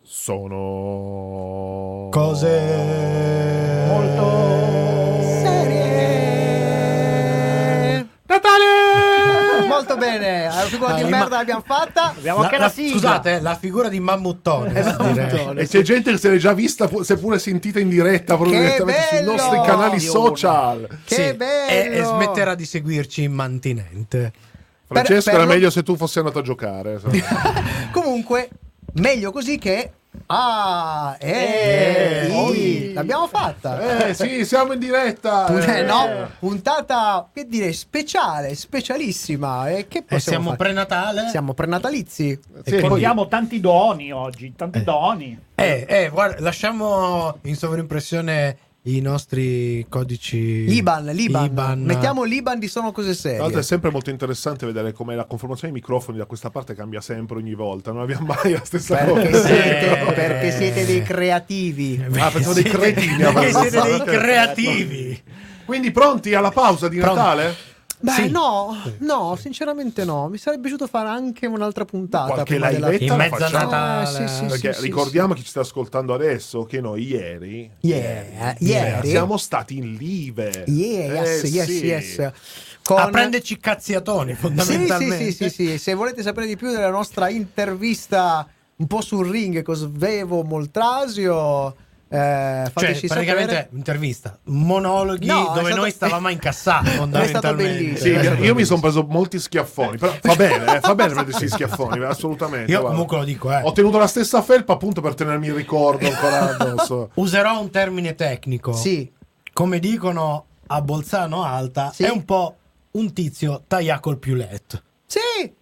sono cose molto serie. Natale! Molto bene, la figura di merda l'abbiamo fatta. Abbiamo anche la sigla. Scusate, la figura di Mammuttone. Mammuttone. E c'è gente che se l'è già vista, seppure sentita in diretta, proprio Che direttamente sui bello! nostri canali social. Che bello! E smetterà di seguirci in mantinente. Francesco, per era lo- meglio se tu fossi andato a giocare. Comunque, meglio così che. L'abbiamo fatta. Sì, siamo in diretta. No, puntata che dire speciale, specialissima. E che possiamo Siamo fare? prenatale? Siamo prenatalizi. Sì, Ricordiamo tanti doni oggi, tanti doni. Guarda, lasciamo in sovrimpressione i nostri codici L'Iban. Mettiamo l'Iban di Sono Cose Tra l'altro Serie. è sempre molto interessante vedere come la conformazione dei microfoni da questa parte cambia sempre ogni volta. Non abbiamo mai la stessa cosa. Perché siete dei creativi. Pensavo dei cretini. Perché siete dei Ok. creativi. Quindi pronti alla pausa di Natale? Beh, Sì. no, sinceramente no. Mi sarebbe piaciuto fare anche un'altra puntata. Qualche prima della- livetta In la mezzo a facciamo. Natale. sì, Perché sì, ricordiamo a chi ci sta ascoltando adesso che noi ieri Ieri siamo stati in live. Yes. A prenderci cazziatoni, fondamentalmente. Sì. Se volete sapere di più della nostra intervista un po' sul ring con Svevo Moltrasio, fateci praticamente sapere. intervista, monologhi No, è dove stato- noi stavamo a incassare fondamentalmente. Sì, io mi sono preso molti schiaffoni, però va bene prendersi schiaffoni, assolutamente. Io guarda. comunque lo dico, Ho tenuto la stessa felpa appunto per tenermi il ricordo ancora addosso. userò un termine tecnico. Sì, Come dicono a Bolzano Alta, Sì. è un po' un tizio taglia col piuletto. sì.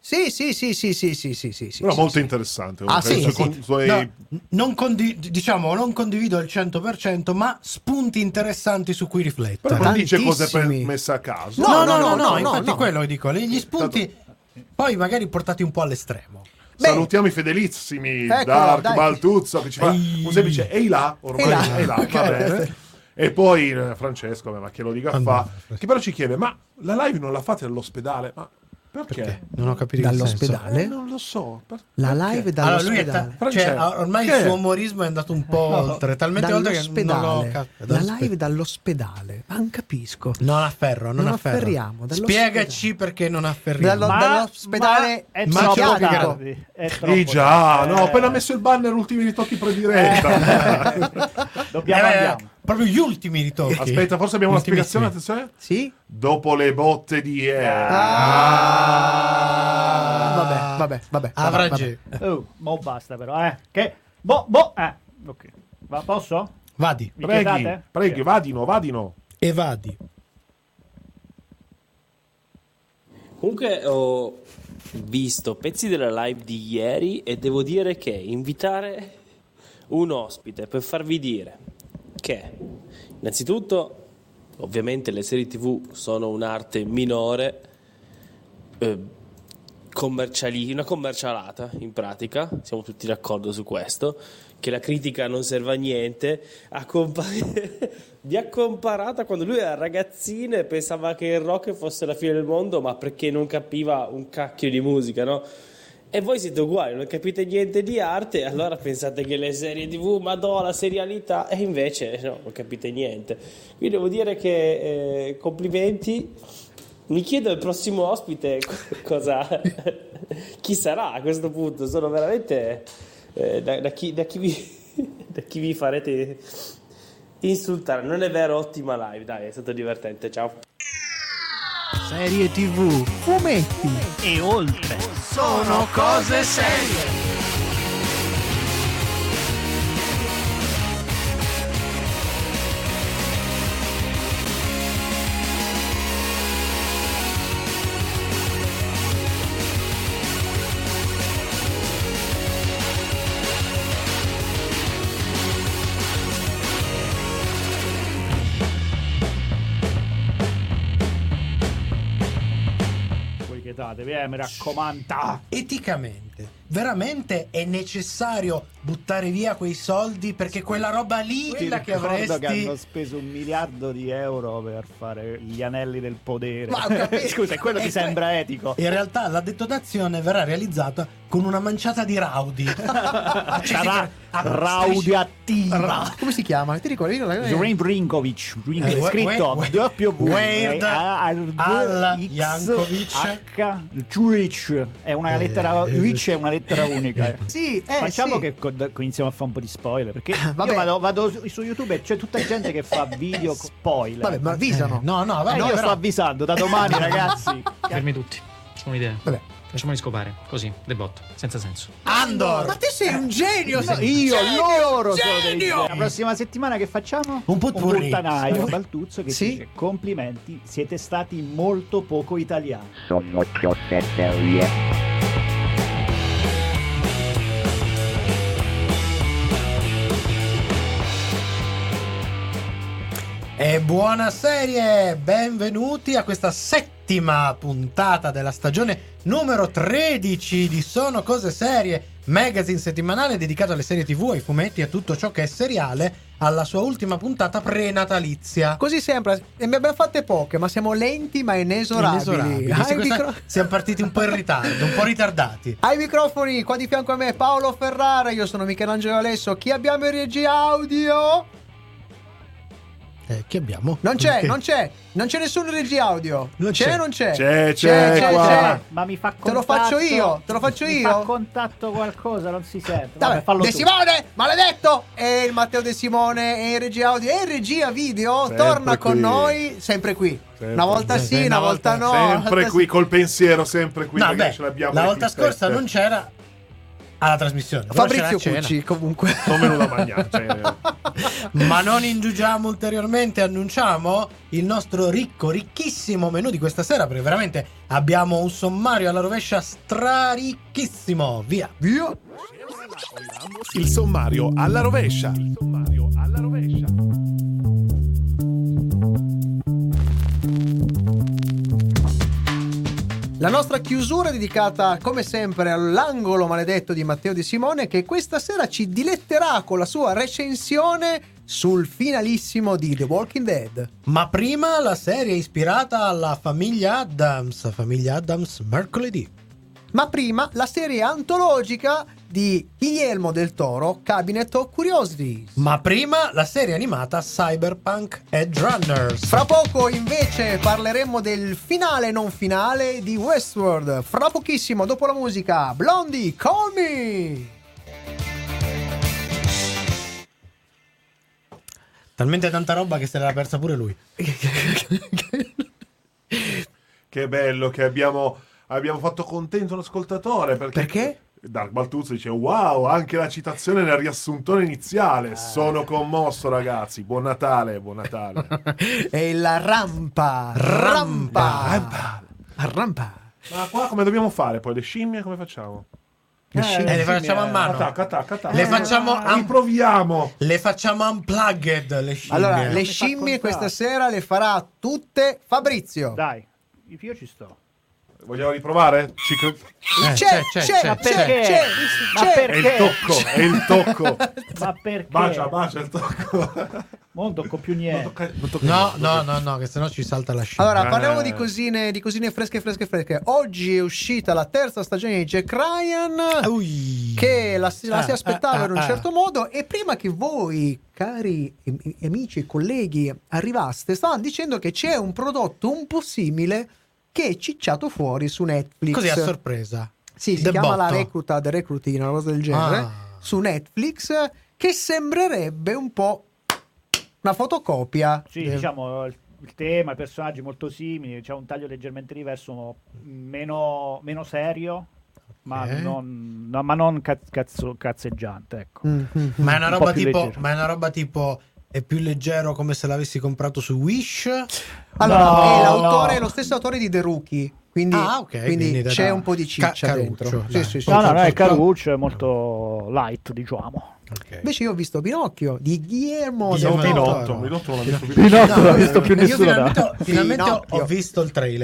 Però molto interessante. Ah, comunque, sì, i suoi- No, non condivido al 100%, ma spunti interessanti su cui riflettere. Però non dice cose tantissimi. messe a caso. No, infatti no. quello che dico, gli spunti poi magari portati un po' all'estremo. Beh. Salutiamo i fedelissimi Eccolo, Dark dai. Baltuzzo che ci fa un semplice ehi là, ormai Ehi là. va bene. E poi Francesco, ma che lo dica fa, che però ci chiede, ma la live non la fate all'ospedale? Ma perché? Non ho capito il senso. dall'ospedale? Non lo so. La Perché? live Allora lui dall'ospedale. ormai Che? il suo umorismo è andato un po' oltre, talmente oltre che non l'ho Dall'ospedale. capito. La live dall'ospedale. Ma non capisco. Non afferro, non Non afferro. afferriamo, dall'ospedale. Spiegaci perché non afferriamo. Dall'ospedale è Ma troppo troppo tardi. È troppo Sì già, tardi. no, ho appena messo il banner ultimi ritocchi prediretta. Dobbiamo andiamo. Proprio gli ultimi ritocchi. Aspetta, forse abbiamo una Ultimissimi. spiegazione, attenzione. Sì? Dopo le botte di ieri. Vabbè. Avrà vabbè. G. Mo basta però, Che ok. Posso? Vadi Mi chiedate? Preghi, vadino. e vadi. Comunque ho visto pezzi della live di ieri e devo dire che invitare un ospite per farvi dire che innanzitutto ovviamente le serie TV sono un'arte minore, una commercialata in pratica, siamo tutti d'accordo su questo, che la critica non serve a niente, vi ha comparata quando lui era ragazzino e pensava che il rock fosse la fine del mondo, ma perché non capiva un cacchio di musica, no? E voi siete uguali, non capite niente di arte, allora pensate che le serie TV, la serialità, e invece no, non capite niente. Quindi devo dire che complimenti. Mi chiedo il prossimo ospite chi sarà a questo punto. Sono veramente da chi vi farete insultare. Non è vero, ottima live, dai, è stato divertente. Ciao. Serie TV, fumetti. E oltre. Sono cose serie. Voi chiedatevi, mi raccomando. Eticamente veramente è necessario buttare via quei soldi perché quella roba lì, quella che Ricordo avresti... che hanno speso 1 miliardo di euro per fare gli anelli del potere. Ma ho capito. Scusa, quello ti sembra etico? In realtà la detonazione verrà realizzata con una manciata di raudi. Sarà radioattiva. Come si chiama? Ti ricordi? Zoran Brinkovic, scritto Weird Al Yankovic. Juric è una lettera, Rich è una lettera unica. Sì, Facciamo sì. che iniziamo a fare un po' di spoiler, perché Vabbè. io vado su YouTube e c'è tutta gente che fa video con spoiler. Vabbè, ma avvisano. No, vabbè, Io però- sto avvisando da domani, ragazzi. Fermi tutti. Ho un'idea. Vabbè. Facciamoli scopare, così, de botto, senza senso. Andor. Ma te sei un genio! Io, loro sono dei genio! genio. La prossima settimana che facciamo? Un potpourri. puttanaio Baltuzzo che Sì. dice: complimenti, siete stati molto poco italiani. Sono Giuseppe. E buona serie, benvenuti a questa settima puntata della stagione numero 13 di Sono Cose Serie, magazine settimanale dedicato alle serie TV, ai fumetti e a tutto ciò che è seriale, alla sua ultima puntata pre-natalizia. Così sempre, e ne abbiamo fatte poche, ma siamo lenti ma inesorabili. Sì, siamo partiti un po' in ritardo, un po' ritardati. Ai microfoni, qua di fianco a me Paolo Ferrara, io sono Michelangelo Alesso. Chi abbiamo in regia audio? Chi abbiamo? Non c'è, Che- non c'è nessuno in regia audio. Non c'è, c'è. non c'è. C'è qua. Ma mi fa contatto. Te lo faccio io, te lo faccio mi io. fa contatto qualcosa, non si sente. Vabbè, fallo De tu. Simone, maledetto! E il Matteo De Simone è in regia audio e in regia video. Sempre Torna con qui. noi, sempre qui. Sempre. Una volta sì, Una una volta volta- no. Sempre una volta qui, sì. col pensiero, sempre qui. No, perché beh, ce l'abbiamo la le volta pizzette. scorsa non c'era alla trasmissione. però c'era Fabrizio a cena. Cucci, comunque. Non venuto a mangiare. Ma non indugiamo ulteriormente, annunciamo il nostro ricchissimo menù di questa sera, perché veramente abbiamo un sommario alla rovescia straricchissimo. Via. Il sommario alla rovescia. La nostra chiusura è dedicata, come sempre, all'angolo maledetto di Matteo De Simone, che questa sera ci diletterà con la sua recensione sul finalissimo di The Walking Dead. Ma prima la serie ispirata alla famiglia Addams mercoledì. Ma prima la serie antologica di Guillermo del Toro, Cabinet of Curiosities. Ma prima la serie animata Cyberpunk Edge Runners. Fra poco invece parleremo del finale non finale di Westworld. Fra pochissimo, dopo la musica, Blondie, Call Me! Talmente tanta roba che se l'era persa pure lui. Che bello che abbiamo fatto contento l'ascoltatore. Perché? Dark Baltuzzo dice: wow, anche la citazione nel riassuntone iniziale. Sono commosso, ragazzi. Buon Natale, buon Natale. E la rampa. Ma qua come dobbiamo fare? Poi le scimmie come facciamo? Le facciamo a mano. Attacca. Le facciamo Riproviamo. Le facciamo unplugged le scimmie. Allora, le mi fa scimmie contare. questa sera le farà tutte Fabrizio. Dai, io ci sto. Vogliamo riprovare? C'è. Ma perché? Ma È il perché? è il tocco. Ma perché? Bacia il tocco. Non tocco più niente. No, che sennò ci salta la scimmia. Allora, parliamo di cosine fresche. Oggi è uscita la terza stagione di Jack Ryan, che la si aspettava in un certo modo, e prima che voi, cari amici e colleghi, arrivaste, stavano dicendo che c'è un prodotto un po' simile che è cicciato fuori su Netflix. Così a sorpresa. Sì, si De chiama La botto. Recluta, The Recruiting, una cosa del genere, Ah. su Netflix, che sembrerebbe un po' una fotocopia. Sì, diciamo il tema, i personaggi molto simili, c'è un taglio leggermente diverso, meno serio, ma Ok. non cazzeggiante, ecco. Ma è una Un roba po' più tipo. leggero. Ma è una roba tipo. È più leggero come se l'avessi comprato su Wish. Allora, No, è l'autore, no. è lo stesso autore di The Rookie, quindi, Ah, ok, quindi quindi c'è era un po' di ciccia Caruccio, dentro. dai. Sì. No, è caruccio, è molto light, diciamo. Ok. Invece io ho visto Pinocchio di Guillermo Guillermo del del Toro. Toro. Minotto non l'ho visto più. Pinocchio non l'ha visto più Io nessuno. finalmente ho Pinocchio. visto il trailer.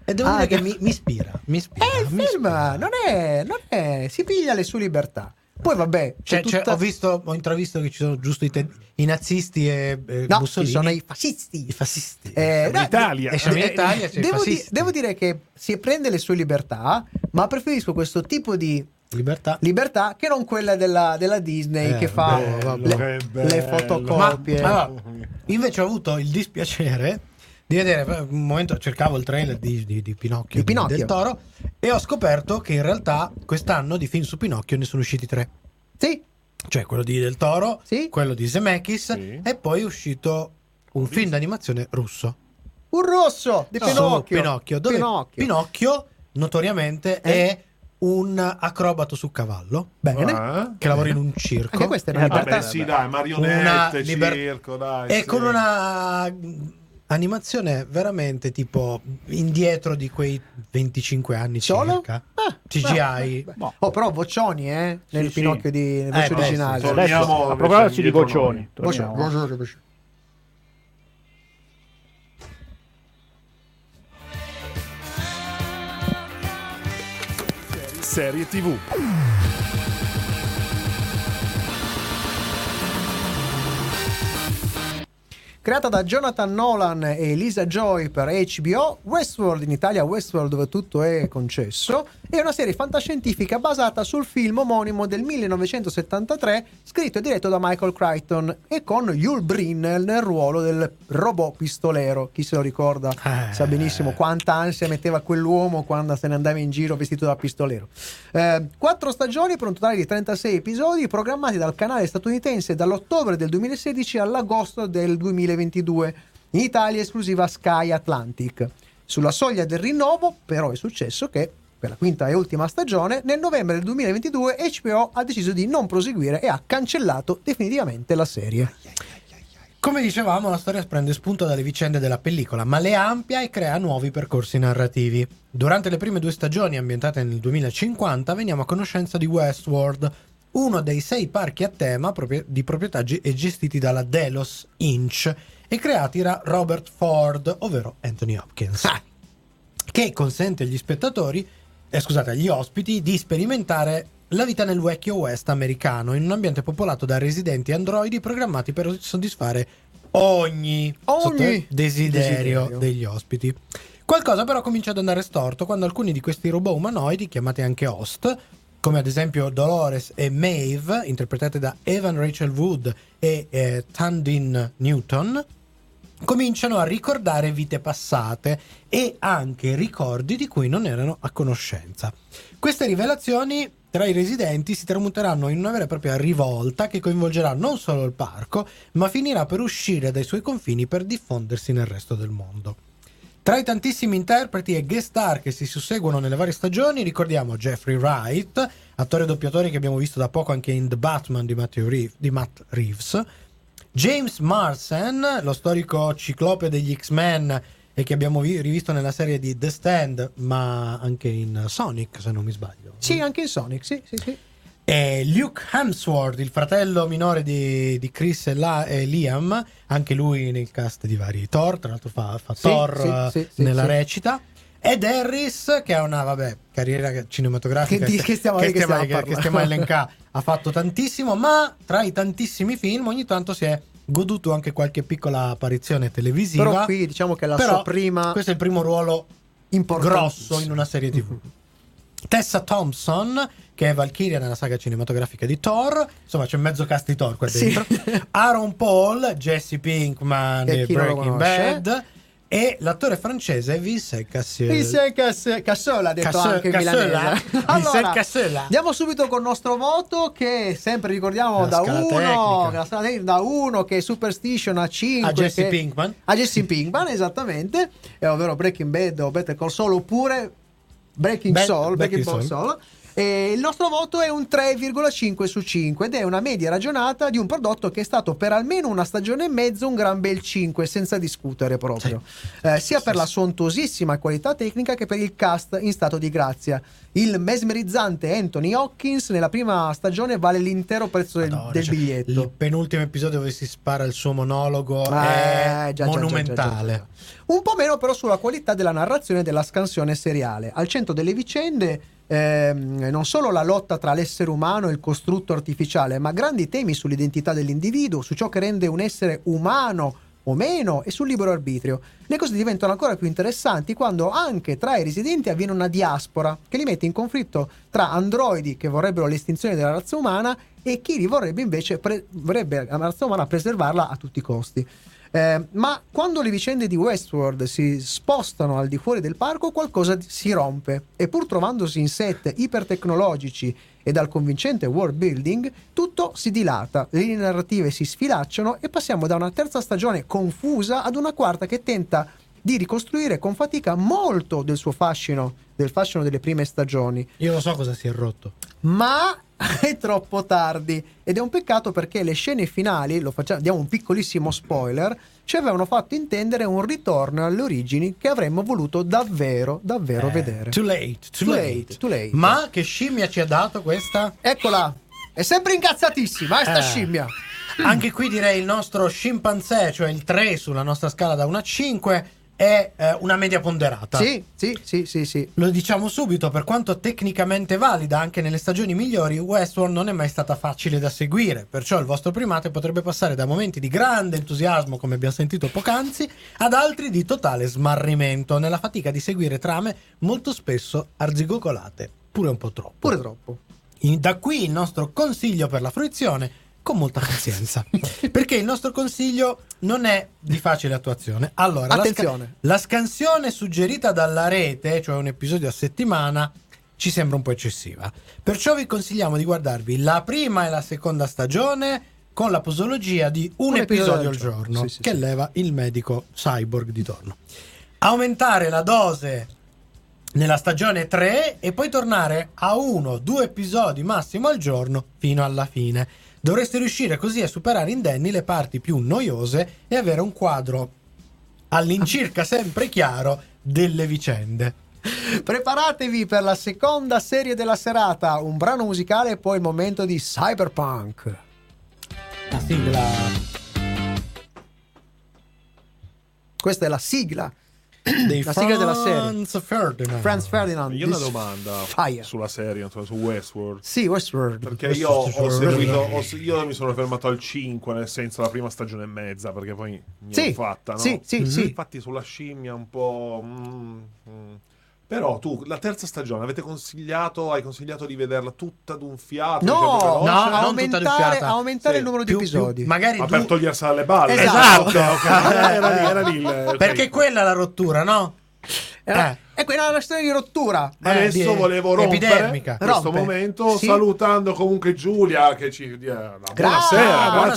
E devo dire che mi ispira. Mi ispira. Il film non è, si piglia le sue libertà. Poi vabbè, ho intravisto che ci sono giusto i nazisti e no, Mussolini. ci sono i fascisti. I fascisti. In Italia. Siamo in Italia, c'è i fascisti. Devo dire che si prende le sue libertà, ma preferisco questo tipo di libertà che non quella della Disney che fa le fotocopie. Ma invece ho avuto il dispiacere di vedere un momento, cercavo il trailer di Pinocchio, del Toro, e ho scoperto che in realtà quest'anno di film su Pinocchio ne sono usciti 3. Sì. Cioè quello di Del Toro, sì, quello di Zemeckis, sì, e poi è uscito un film d'animazione russo. Un rosso di Pinocchio. Dove Pinocchio notoriamente è un acrobato su cavallo. Bene. Che lavora in un circo. Anche questa è una libertà. Sì, dai, marionette, circo, dai. E con una animazione veramente tipo indietro di quei 25 anni circa. CGI. Però vocioni nel Pinocchio di voce originale. Adesso, a proposito di vocioni. Serie TV. Creata da Jonathan Nolan e Lisa Joy per HBO, Westworld, in Italia Westworld dove tutto è concesso, è una serie fantascientifica basata sul film omonimo del 1973, scritto e diretto da Michael Crichton e con Yul Brynner nel ruolo del robot pistolero. Chi se lo ricorda sa benissimo quanta ansia metteva quell'uomo quando se ne andava in giro vestito da pistolero. 4 stagioni per un totale di 36 episodi programmati dal canale statunitense dall'ottobre del 2016 all'agosto del 2022. In Italia esclusiva Sky Atlantic. Sulla soglia del rinnovo però è successo che per la quinta e ultima stagione nel novembre del 2022 HBO ha deciso di non proseguire e ha cancellato definitivamente la serie. Come dicevamo, la storia prende spunto dalle vicende della pellicola, ma le amplia e crea nuovi percorsi narrativi. Durante le prime 2 stagioni, ambientate nel 2050, veniamo a conoscenza di Westworld, uno dei 6 parchi a tema di proprietà e gestiti dalla Delos Inc. e creati da Robert Ford, ovvero Anthony Hopkins, che consente agli ospiti di sperimentare la vita nel vecchio West americano in un ambiente popolato da residenti androidi programmati per soddisfare ogni desiderio degli ospiti. Qualcosa però comincia ad andare storto quando alcuni di questi robot umanoidi, chiamati anche host, come ad esempio Dolores e Maeve, interpretate da Evan Rachel Wood e Tandin Newton, cominciano a ricordare vite passate e anche ricordi di cui non erano a conoscenza. Queste rivelazioni tra i residenti si tramuteranno in una vera e propria rivolta che coinvolgerà non solo il parco, ma finirà per uscire dai suoi confini per diffondersi nel resto del mondo. Tra i tantissimi interpreti e guest star che si susseguono nelle varie stagioni ricordiamo Jeffrey Wright, attore e doppiatore che abbiamo visto da poco anche in The Batman di Matt Reeves, James Marsden, lo storico ciclope degli X-Men e che abbiamo rivisto nella serie di The Stand, ma anche in Sonic, se non mi sbaglio. Sì, anche in Sonic, sì. E Luke Hemsworth, il fratello minore di Chris e Liam, anche lui nel cast di vari Thor, tra l'altro fa Thor nella recita. Ed Harris, che ha una carriera cinematografica che stiamo a elencare, ha fatto tantissimo, ma tra i tantissimi film ogni tanto si è goduto anche qualche piccola apparizione televisiva. Però qui diciamo che sua prima... Questo è il primo ruolo grosso in una serie TV. Tessa Thompson, che è Valkyria nella saga cinematografica di Thor, insomma c'è mezzo cast di Thor qua dentro. Aaron Paul, Jesse Pinkman di Breaking Bad, e l'attore francese Vincent Cassola, detto anche milanese. Allora, andiamo subito col nostro voto, che sempre ricordiamo da 1 che è Superstition, a 5 a Jesse Pinkman, esattamente, ovvero Breaking Bad o Better Call Saul, oppure Breaking Ball Saul. E il nostro voto è un 3,5 su 5 ed è una media ragionata di un prodotto che è stato per almeno una stagione e mezzo un gran bel 5, senza discutere proprio. Sia per la sontuosissima qualità tecnica che per il cast in stato di grazia. Il mesmerizzante Anthony Hopkins nella prima stagione vale l'intero prezzo del biglietto. Il penultimo episodio dove si spara il suo monologo è monumentale. Già. Un po' meno però sulla qualità della narrazione e della scansione seriale. Al centro delle vicende non solo la lotta tra l'essere umano e il costrutto artificiale, ma grandi temi sull'identità dell'individuo, su ciò che rende un essere umano o meno e sul libero arbitrio. Le cose diventano ancora più interessanti quando anche tra i residenti avviene una diaspora che li mette in conflitto tra androidi che vorrebbero l'estinzione della razza umana e chi li vorrebbe invece vorrebbe la razza umana preservarla a tutti i costi. Ma quando le vicende di Westworld si spostano al di fuori del parco qualcosa si rompe e pur trovandosi in set ipertecnologici e dal convincente world building tutto si dilata, le linee narrative si sfilacciano e passiamo da una terza stagione confusa ad una quarta che tenta di ricostruire con fatica molto del suo fascino, del fascino delle prime stagioni. Io lo so cosa si è rotto, ma è troppo tardi ed è un peccato perché le scene finali, diamo un piccolissimo spoiler, ci avevano fatto intendere un ritorno alle origini che avremmo voluto davvero vedere. Too late. Ma che scimmia ci ha dato questa? Eccola, è sempre incazzatissima sta scimmia. Anche qui direi il nostro scimpanzé, cioè il 3 sulla nostra scala da 1 a 5, è una media ponderata. Sì. Lo diciamo subito, per quanto tecnicamente valida anche nelle stagioni migliori, Westworld non è mai stata facile da seguire, perciò il vostro primate potrebbe passare da momenti di grande entusiasmo, come abbiamo sentito poc'anzi, ad altri di totale smarrimento, nella fatica di seguire trame molto spesso arzigogolate, pure un po' troppo. Da qui il nostro consiglio per la fruizione: con molta pazienza, perché il nostro consiglio non è di facile attuazione. Allora, attenzione, la scansione suggerita dalla rete, cioè un episodio a settimana, ci sembra un po' eccessiva. Perciò vi consigliamo di guardarvi la prima e la seconda stagione con la posologia di un episodio al giorno, che leva il medico cyborg di torno. Aumentare la dose nella stagione 3 e poi tornare a 1-2 episodi massimo al giorno fino alla fine. Dovreste riuscire così a superare indenni le parti più noiose e avere un quadro all'incirca sempre chiaro delle vicende. Preparatevi per la seconda serie della serata, un brano musicale e poi il momento di Cyberpunk. La sigla. Questa è la sigla. La sigla della serie. Franz Ferdinand. Io ho una domanda sulla serie, su Westworld. Sì, Westworld. Perché io ho seguito, io mi sono fermato al 5, nel senso la prima stagione e mezza, perché poi l'ho fatta, no? Sì. Infatti sulla scimmia un po'... Però tu, la terza stagione, hai consigliato di vederla tutta d'un fiato? No, aumentare il numero di episodi. Magari per togliersi dalle balle. Esatto. Era lì perché quella è la rottura, no? E quella è la storia di rottura. Adesso volevo rompere questo momento salutando comunque Giulia che ci buonasera.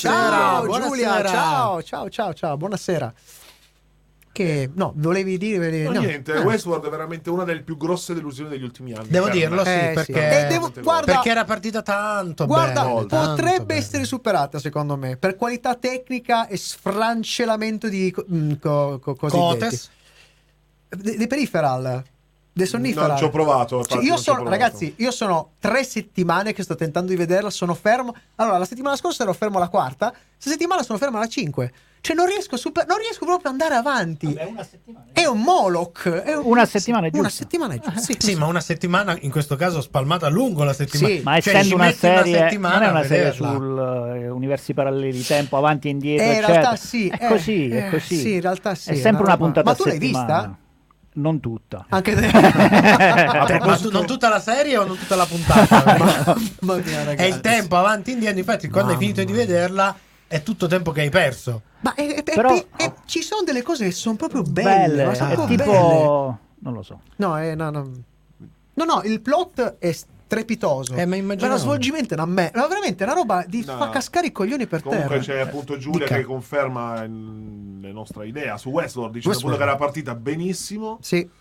Ciao, buonasera. Che volevi dire niente. Westworld è veramente una delle più grosse delusioni degli ultimi anni. Devo dirlo, perché perché era partita tanto. Potrebbe essere superata secondo me per qualità tecnica e sfrancellamento di cosiddetti dei peripheral, dei sonnifera. Non ci ho provato. Ragazzi, io sono 3 settimane che sto tentando di vederla, sono fermo. Allora, la settimana scorsa ero fermo alla quarta, questa settimana sono fermo alla 5. Cioè non riesco proprio ad andare avanti. Vabbè, una settimana è un Moloch. Una settimana è giusta. Una settimana è giusta. Sì, ma una settimana in questo caso spalmata lungo la settimana. Sì, ma essendo una serie, non è una serie sul universi paralleli di tempo, avanti e indietro, in eccetera. realtà sì. È così. Sì, in realtà sì. È sempre una puntata ma tu a l'hai settimana. Vista? Non tutta. Anche te. Ma non tutta la serie o non tutta la puntata? È il tempo avanti e indietro. Infatti, quando hai finito di vederla, è tutto tempo che hai perso. Ma però ci sono delle cose che sono proprio belle. Ma sono è tipo belle. Non lo so. No, il plot è strepitoso. Ma lo svolgimento è veramente una roba di fa cascare i coglioni per terra. Comunque c'è appunto Giulia che conferma la nostra idea su Westworld, dicendo quello che era partita benissimo. Sì.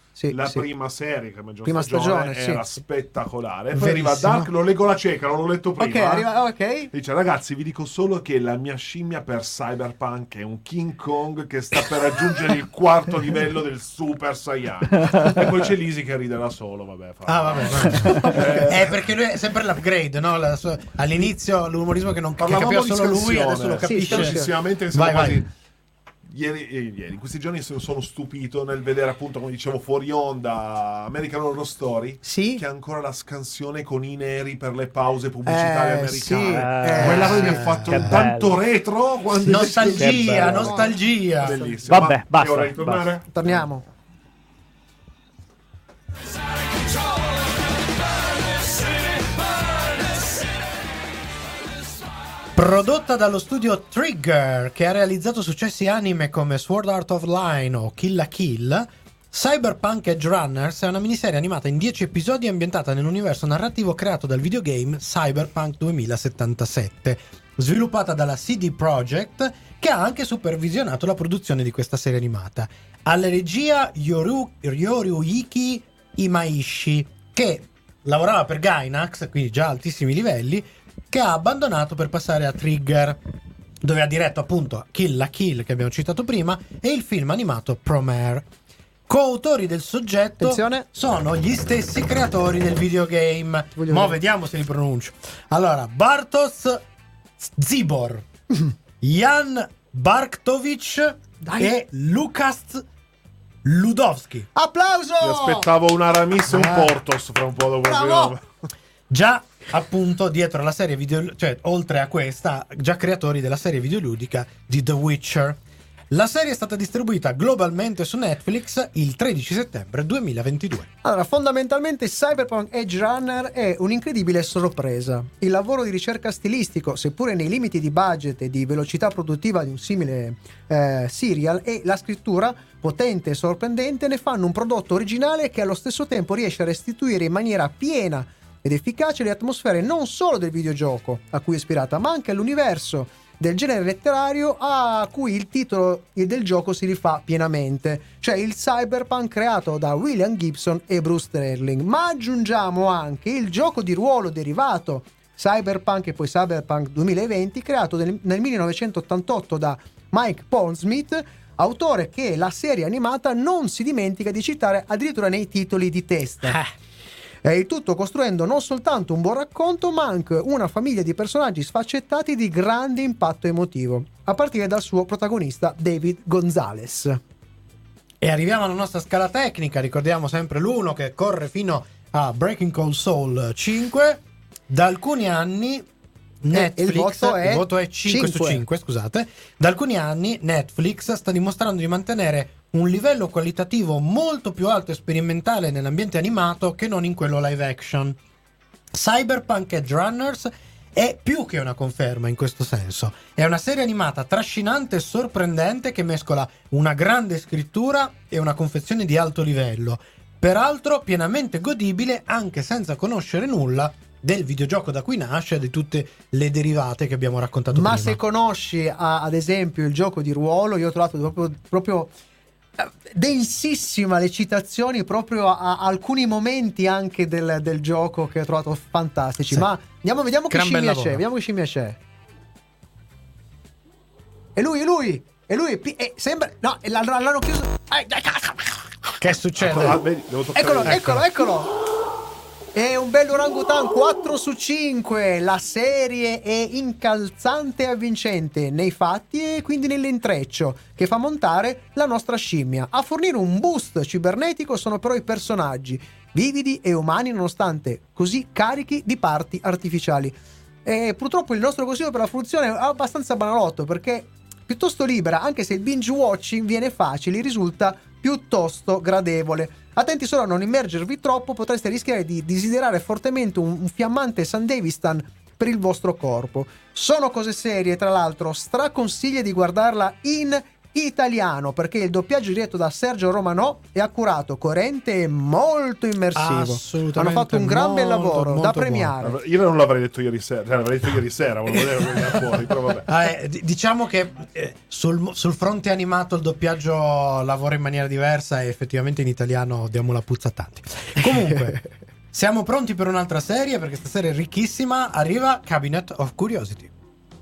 sì, la sì. prima serie, che Prima stagione, era sì. spettacolare. Poi arriva Verissimo. Dark, lo leggo la cieca, non l'ho letto prima. Ok, arriva, ok. Dice, ragazzi, vi dico solo che la mia scimmia per Cyberpunk è un King Kong che sta per raggiungere il 4º livello del Super Saiyan. E poi c'è Lisi che ride da solo, vabbè. È perché lui è sempre l'upgrade, no? All'inizio l'umorismo che Parlavamo capiva di solo lui, scansione. adesso lo Sì, capisce. Prossimamente Vai, quasi... vai. Ieri, in questi giorni sono stupito nel vedere, appunto, come dicevo, fuori onda American Horror Story, Sì. che ha ancora la scansione con i neri per le pause pubblicitarie sì, americane. Quella sì. mi ha fatto Che un tanto bello. retro quando Nostalgia, Che bello. nostalgia. bellissimo. Vabbè, Ma basta, è ora di tornare? basta. Torniamo. Prodotta dallo studio Trigger, che ha realizzato successi anime come Sword Art Online o Kill la Kill, Cyberpunk Edge Runners è una miniserie animata in 10 episodi ambientata nell'universo narrativo creato dal videogame Cyberpunk 2077, sviluppata dalla CD Projekt, che ha anche supervisionato la produzione di questa serie animata. Alla regia Yoruyuki Imaishi, che lavorava per Gainax, quindi già a altissimi livelli, che ha abbandonato per passare a Trigger, dove ha diretto appunto Kill la Kill, che abbiamo citato prima, e il film animato Promare. Coautori del soggetto Attenzione. sono gli stessi creatori del videogame. Mo' vediamo se li pronuncio. Allora, Bartosz Zibor, Jan Barktovich e Lukas Ludowski. Applauso! Mi aspettavo un Aramis e un Ah. Portos fra un po' dopo il Bravo! nome. Già appunto dietro la serie video, cioè oltre a questa, già creatori della serie videoludica di The Witcher. La serie è stata distribuita globalmente su Netflix il 13 settembre 2022. Allora, fondamentalmente Cyberpunk Edge Runner è un'incredibile sorpresa. Il lavoro di ricerca stilistico, seppure nei limiti di budget e di velocità produttiva di un simile serial, e la scrittura potente e sorprendente ne fanno un prodotto originale che allo stesso tempo riesce a restituire in maniera piena ed efficace le atmosfere non solo del videogioco a cui è ispirata, ma anche all'universo del genere letterario a cui il titolo del gioco si rifà pienamente, cioè il cyberpunk creato da William Gibson e Bruce Sterling. Ma aggiungiamo anche il gioco di ruolo derivato Cyberpunk e poi Cyberpunk 2020, creato nel 1988 da Mike Pondsmith, autore che la serie animata non si dimentica di citare addirittura nei titoli di testa. Il tutto costruendo non soltanto un buon racconto, ma anche una famiglia di personaggi sfaccettati di grande impatto emotivo, a partire dal suo protagonista David Gonzalez. E arriviamo alla nostra scala tecnica, ricordiamo sempre l'1 che corre fino a Breaking Cold Soul 5. Da alcuni anni Netflix, il voto è 5 su 5. 5, scusate. Da alcuni anni Netflix sta dimostrando di mantenere un livello qualitativo molto più alto e sperimentale nell'ambiente animato che non in quello live action. Cyberpunk Edge Runners è più che una conferma in questo senso. È una serie animata trascinante e sorprendente che mescola una grande scrittura e una confezione di alto livello, peraltro pienamente godibile anche senza conoscere nulla del videogioco da cui nasce e di tutte le derivate che abbiamo raccontato Ma prima. se conosci ad esempio il gioco di ruolo, io ho trovato proprio densissima le citazioni proprio a alcuni momenti anche del gioco che ho trovato fantastici. Sì. Ma vediamo che Gran bel scimmia lavoro. c'è, vediamo che scimmia c'è. È lui, sembra, no, l'hanno chiuso. Che succede? Vedi, devo toccare. Eccolo. È un bello orangutan, 4 su 5. La serie è incalzante e avvincente nei fatti e quindi nell'intreccio che fa montare la nostra scimmia. A fornire un boost cibernetico sono però i personaggi, vividi e umani nonostante così carichi di parti artificiali. E purtroppo il nostro consiglio per la fruizione è abbastanza banalotto, perché piuttosto libera, anche se il binge watching viene facile, risulta piuttosto gradevole. Attenti solo a non immergervi troppo, potreste rischiare di desiderare fortemente un fiammante Sandevistan per il vostro corpo. Sono cose serie, tra l'altro, straconsiglio di guardarla in italiano, perché il doppiaggio diretto da Sergio Romano è accurato, coerente e molto immersivo. Assolutamente. Hanno fatto un gran bel lavoro molto da buono. premiare. Io non l'avrei detto ieri sera, l'avrei detto ieri sera, volevo vedere fuori, però vabbè. Diciamo che sul fronte animato il doppiaggio lavora in maniera diversa e effettivamente in italiano diamo la puzza a tanti. Comunque, siamo pronti per un'altra serie, perché questa serie è ricchissima. Arriva Cabinet of Curiosity.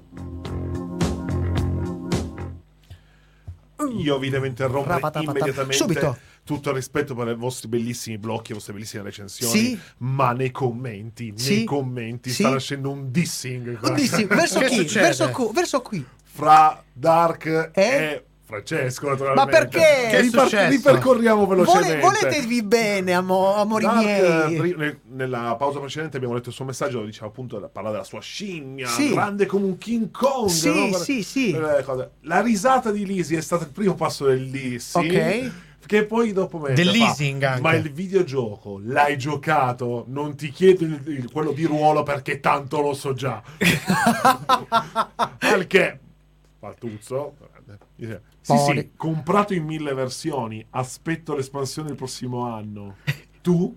Io vi devo interrompere immediatamente. Subito. Tutto il rispetto per i vostri bellissimi blocchi, le vostre bellissime recensioni, Sì. ma nei commenti Sì. Sì. Sì. sta nascendo un dissing. Verso Che chi? succede? Verso qui. Fra Dark e Francesco, naturalmente. Ma perché? Che è successo? Ripercorriamo velocemente. Voletevi bene, amori Dark, miei. nella pausa precedente abbiamo letto il suo messaggio dove diceva appunto, parla della sua scimmia, Sì. grande come un King Kong. Sì, no? sì. Le cose. La risata di Lisi è stato il primo passo del dissing. Ok. Che poi dopo me Del leasing anche. Ma il videogioco l'hai giocato? Non ti chiedo quello di ruolo perché tanto lo so già. Perché Faltuzzo sì, comprato in 1000 versioni, aspetto l'espansione il prossimo anno. Tu?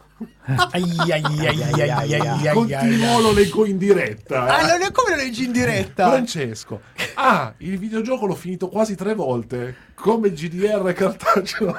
Continuo lo leggo in diretta. Come lo leggi in diretta? Francesco, il videogioco l'ho finito quasi 3 volte, come il GDR cartaceo.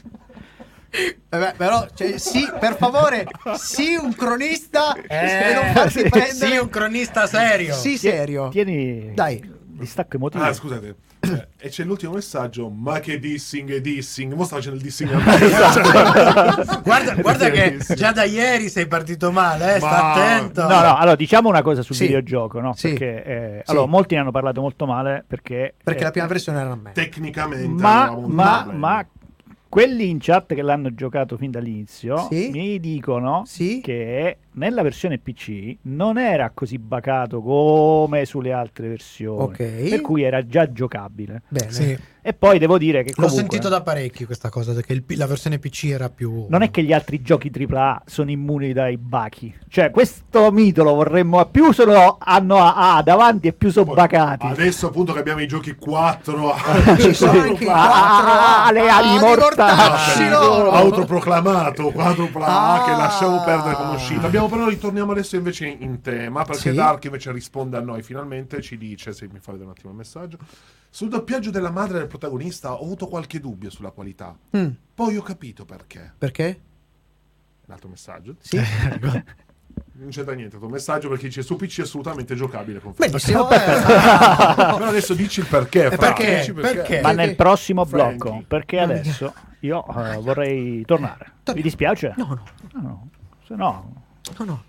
Però, sì, per favore, sì, un cronista e non farsi prendere. Sì, un cronista serio. Sì, serio. Tieni Dai. distacco emotivo. Scusate. E c'è l'ultimo messaggio, ma che dissing e dissing. Mo sta facendo il dissing a me. Guarda che già da ieri sei partito male, sta attento. No, allora diciamo una cosa sul Sì. videogioco, no? Sì. Perché Sì. allora molti ne hanno parlato molto male perché La prima versione era a me. Tecnicamente avevamo un problema. ma quelli in chat che l'hanno giocato fin dall'inizio Sì. mi dicono Sì. che nella versione PC non era così bacato come sulle altre versioni, Ok. per cui era già giocabile. Bene. Sì. E poi devo dire che L'ho comunque sentito da parecchi questa cosa, che la versione PC era più... non è che gli altri giochi AAA sono immuni dai bachi, cioè questo mito lo vorremmo più hanno davanti e più sono bacati. Adesso appunto che abbiamo i giochi 4 Ci sono anche i quattro le ali mortacci loro. autoproclamato quadrupla che Ah. lasciamo perdere come uscita. Però ritorniamo adesso invece in tema, perché Sì. Dark invece risponde a noi finalmente, ci dice, se mi fa vedere un attimo il messaggio, sul doppiaggio della madre del protagonista ho avuto qualche dubbio sulla qualità, poi ho capito perché. Perché? Un altro messaggio. Sì. Non c'entra niente il tuo messaggio, perché dice su PC è assolutamente giocabile, confermo. Benissimo. Però adesso dici il perché, Fra, perché? dici Perché? Ma nel prossimo Frankie. blocco, perché adesso io vorrei tornare. Vi dispiace? No. Se no No.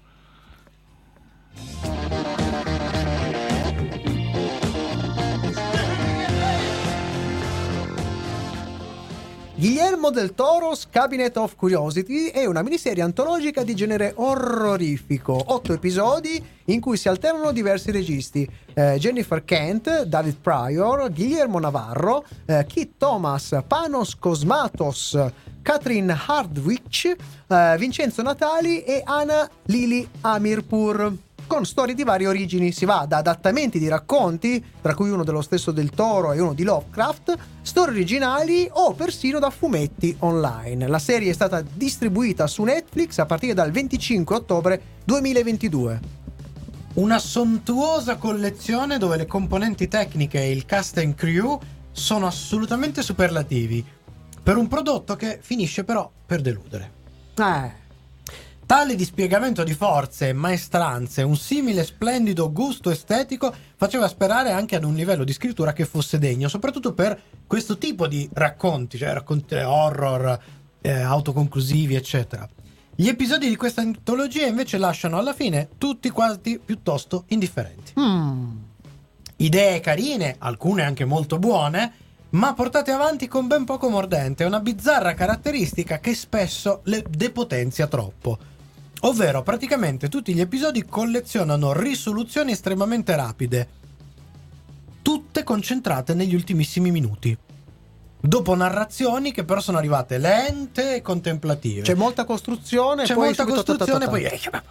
Guillermo del Toro's Cabinet of Curiosity è una miniserie antologica di genere orrorifico, 8 episodi in cui si alternano diversi registi, Jennifer Kent, David Pryor, Guillermo Navarro, Keith Thomas, Panos Cosmatos, Catherine Hardwicz, Vincenzo Natali e Anna Lili Amirpur. Con storie di varie origini, si va da adattamenti di racconti, tra cui uno dello stesso Del Toro e uno di Lovecraft, storie originali o persino da fumetti online. La serie è stata distribuita su Netflix a partire dal 25 ottobre 2022. Una sontuosa collezione dove le componenti tecniche e il cast and crew sono assolutamente superlativi, per un prodotto che finisce però per deludere. Tale dispiegamento di forze e maestranze, un simile splendido gusto estetico, faceva sperare anche ad un livello di scrittura che fosse degno, soprattutto per questo tipo di racconti, cioè racconti horror, autoconclusivi, eccetera. Gli episodi di questa antologia invece lasciano alla fine tutti quanti piuttosto indifferenti. Idee carine, alcune anche molto buone, ma portate avanti con ben poco mordente, una bizzarra caratteristica che spesso le depotenzia troppo. Ovvero, praticamente tutti gli episodi collezionano risoluzioni estremamente rapide, tutte concentrate negli ultimissimi minuti, dopo narrazioni che però sono arrivate lente e contemplative. C'è molta costruzione, C'è poi molta subito costruzione, ta. poi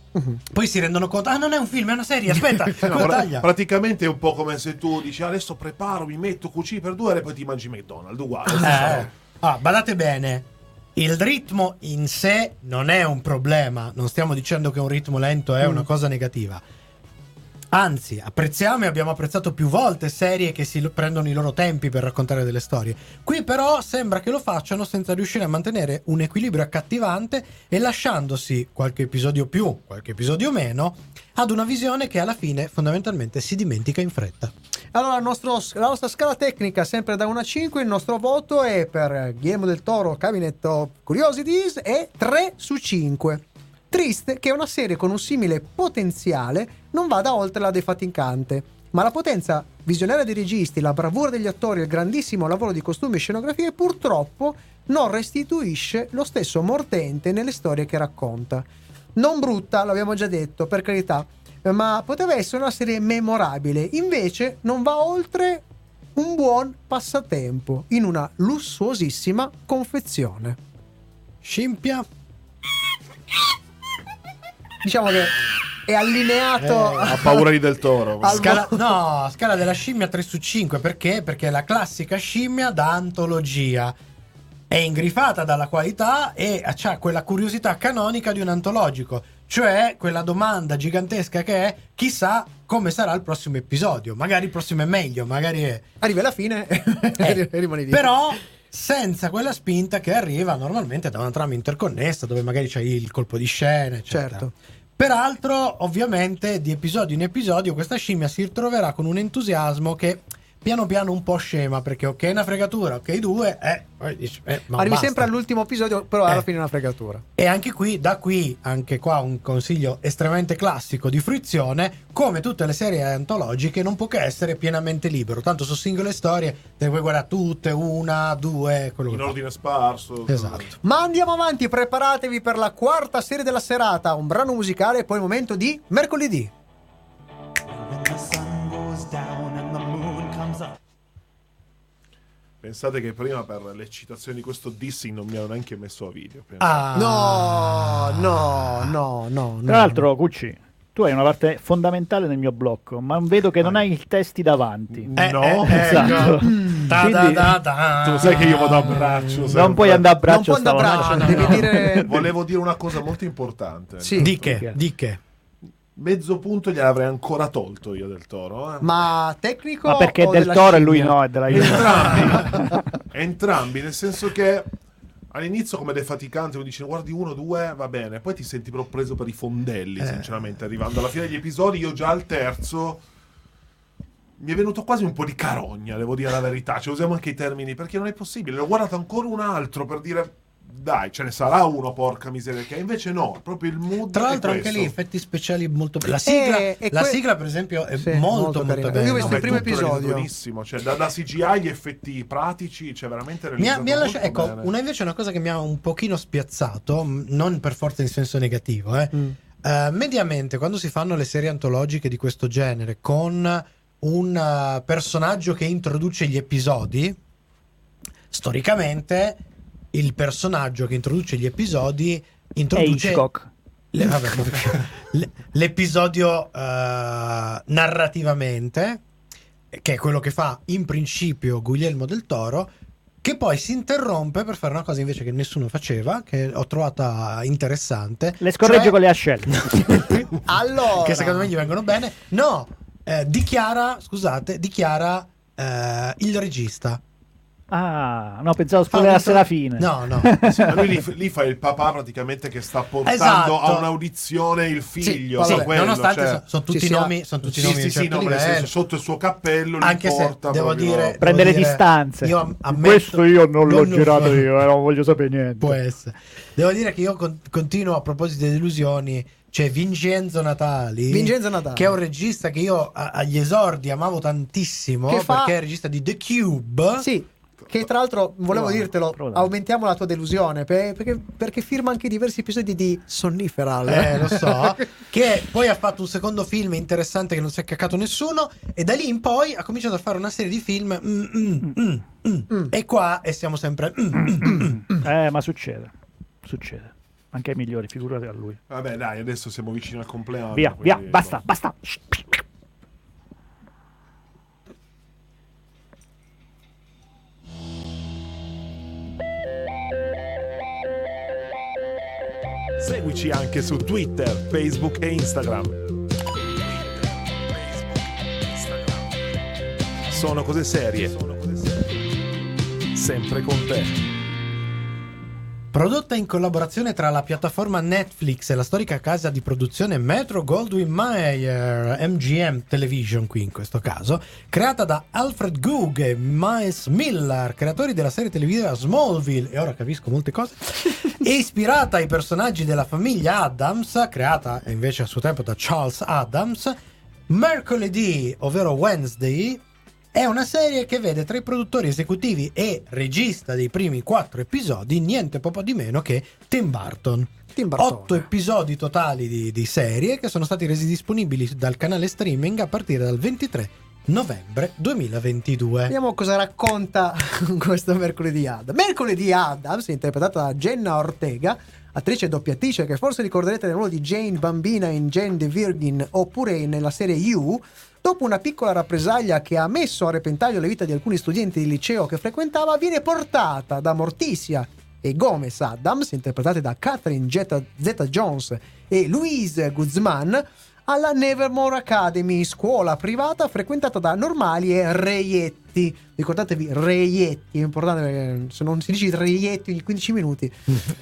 Poi si rendono conto, non è un film, è una serie, aspetta, No, taglia. praticamente è un po' come se tu dici adesso preparo, mi metto, cucino per 2 ore e poi ti mangi McDonald's, uguale. Badate bene, il ritmo in sé non è un problema, non stiamo dicendo che un ritmo lento è una cosa negativa. Anzi, apprezziamo e abbiamo apprezzato più volte serie che si prendono i loro tempi per raccontare delle storie. Qui però sembra che lo facciano senza riuscire a mantenere un equilibrio accattivante e lasciandosi qualche episodio più, qualche episodio meno, ad una visione che alla fine fondamentalmente si dimentica in fretta. Allora, la nostra scala tecnica, sempre da 1 a 5, il nostro voto è per Guillermo del Toro, Cabinet of Curiosities, è 3 su 5. Triste che una serie con un simile potenziale non vada oltre la defaticante, ma la potenza visionaria dei registi, la bravura degli attori e il grandissimo lavoro di costumi e scenografie purtroppo non restituisce lo stesso mordente nelle storie che racconta. Non brutta, l'abbiamo già detto, per carità, ma poteva essere una serie memorabile, invece non va oltre un buon passatempo in una lussuosissima confezione. Scimpia? Diciamo che è allineato Ha paura di Del Toro. Scala della scimmia 3 su 5, perché? Perché è la classica scimmia da antologia. È ingrifata dalla qualità e ha quella curiosità canonica di un antologico, cioè quella domanda gigantesca che è chissà come sarà il prossimo episodio. Magari il prossimo è meglio, magari è... arrivi alla fine e rimani lì. Però senza quella spinta che arriva normalmente da una trama interconnessa, dove magari c'hai il colpo di scena, eccetera. Certo. Peraltro, ovviamente, di episodio in episodio questa scimmia si ritroverà con un entusiasmo che piano piano un po' scema, perché ok una fregatura, ok 2, poi dici, ma arrivi basta. sempre all'ultimo episodio, però alla fine è una fregatura. E anche qui, anche qua un consiglio estremamente classico di fruizione: come tutte le serie antologiche non può che essere pienamente libero, tanto su singole storie te le puoi guardare tutte, 1, 2, quello In che ordine sparso. Esatto. Ma andiamo avanti, preparatevi per la quarta serie della serata, un brano musicale e poi il momento di mercoledì. Pensate che prima per l'eccitazione di questo dissing non mi hanno neanche messo a video. No. Tra l'altro, Cucci, tu hai una parte fondamentale nel mio blocco, ma vedo che non hai il testi davanti. No, Esatto. tu sai che io vado a braccio. Non puoi andare a braccio Non può andare a braccio, stavolta. devi dire... Volevo dire una cosa molto importante. Sì. Di che? Mezzo punto gliel'avrei ancora tolto io Del Toro. Ma tecnico Ma perché o Del della Toro e lui scimmia? no, è della Juve. Entrambi, nel senso che all'inizio come defaticante uno dice guardi 1, 2, va bene, poi ti senti proprio preso per i fondelli, sinceramente, arrivando alla fine degli episodi. Io già al terzo mi è venuto quasi un po' di carogna, devo dire la verità, cioè usiamo anche i termini, perché non è possibile. L'ho guardato ancora un altro per dire dai, ce ne sarà uno, porca miseria, che invece no, proprio il mood. Tra l'altro è anche questo. lì effetti speciali molto belli. La sigla per esempio è Sì, molto carina. bella. Io ho visto No, il primo è tutto episodio. benissimo, cioè da CGI gli effetti pratici, cioè veramente Mi ha realizzato lasciato, molto ecco, bene. una cosa che mi ha un pochino spiazzato, non per forza in senso negativo, mediamente quando si fanno le serie antologiche di questo genere con un personaggio che introduce gli episodi, storicamente il personaggio che introduce gli episodi introduce Hitchcock. l'episodio narrativamente, che è quello che fa in principio Guglielmo del Toro, che poi si interrompe per fare una cosa invece che nessuno faceva, che ho trovata interessante. Le scorregge cioè- con le ascelle. Allora, che secondo me gli vengono bene. No, dichiara il regista. Ah, no, pensavo spoilerasse la fine. No. Sì, ma lui lì fa il papà praticamente che sta portando Esatto. a un'audizione il figlio. Sì, quello, nonostante cioè, sono tutti Sì, nomi, sono tutti nomi di un certo no, ma nel livello. senso, sotto il suo cappello li Anche se porta devo proprio- dire Prendere devo dire, distanze. io ammetto, Questo io non l'ho non girato so. io, non voglio sapere niente. Può essere. Devo dire che io continuo a proposito di delusioni. C'è Vincenzo Natali, che è un regista che io agli esordi amavo tantissimo, Che fa- perché è il regista di The Cube. sì, che tra l'altro volevo dirtelo, Prova. aumentiamo la tua delusione perché firma anche diversi episodi di Sonniferal. Lo so. Che poi ha fatto un secondo film interessante che non si è caccato nessuno, e da lì in poi ha cominciato a fare una serie di film. E qua e siamo sempre Ma succede. Anche ai migliori, figurati a lui. Vabbè, dai, adesso siamo vicini al compleanno. Via, quindi, via, basta, basta. Seguici anche su Twitter, Facebook e Instagram. Sono cose serie. Sempre con te. Prodotta in collaborazione tra la piattaforma Netflix e la storica casa di produzione Metro-Goldwyn-Mayer, MGM Television qui in questo caso, creata da Alfred Goog e Miles Millar, creatori della serie televisiva Smallville, e ora capisco molte cose, e ispirata ai personaggi della famiglia Addams, creata invece a suo tempo da Charles Addams, mercoledì, ovvero Wednesday, è una serie che vede tra i produttori esecutivi e regista dei primi 4 episodi niente poco di meno che Tim Burton. 8 episodi totali di serie che sono stati resi disponibili dal canale streaming a partire dal 23 novembre 2022. Vediamo cosa racconta questo Mercoledì Addams. Mercoledì Addams, interpretata da Jenna Ortega, attrice e doppiatrice che forse ricorderete nel ruolo di Jane bambina in Jane the Virgin oppure nella serie You. Dopo una piccola rappresaglia che ha messo a repentaglio la vita di alcuni studenti di liceo che frequentava, viene portata da Morticia e Gomez Addams, interpretate da Catherine Zeta-Jones e Louise Guzman, alla Nevermore Academy, scuola privata frequentata da normali e reietti. Ricordatevi, reietti, è importante perché se non si dice reietti ogni 15 minuti.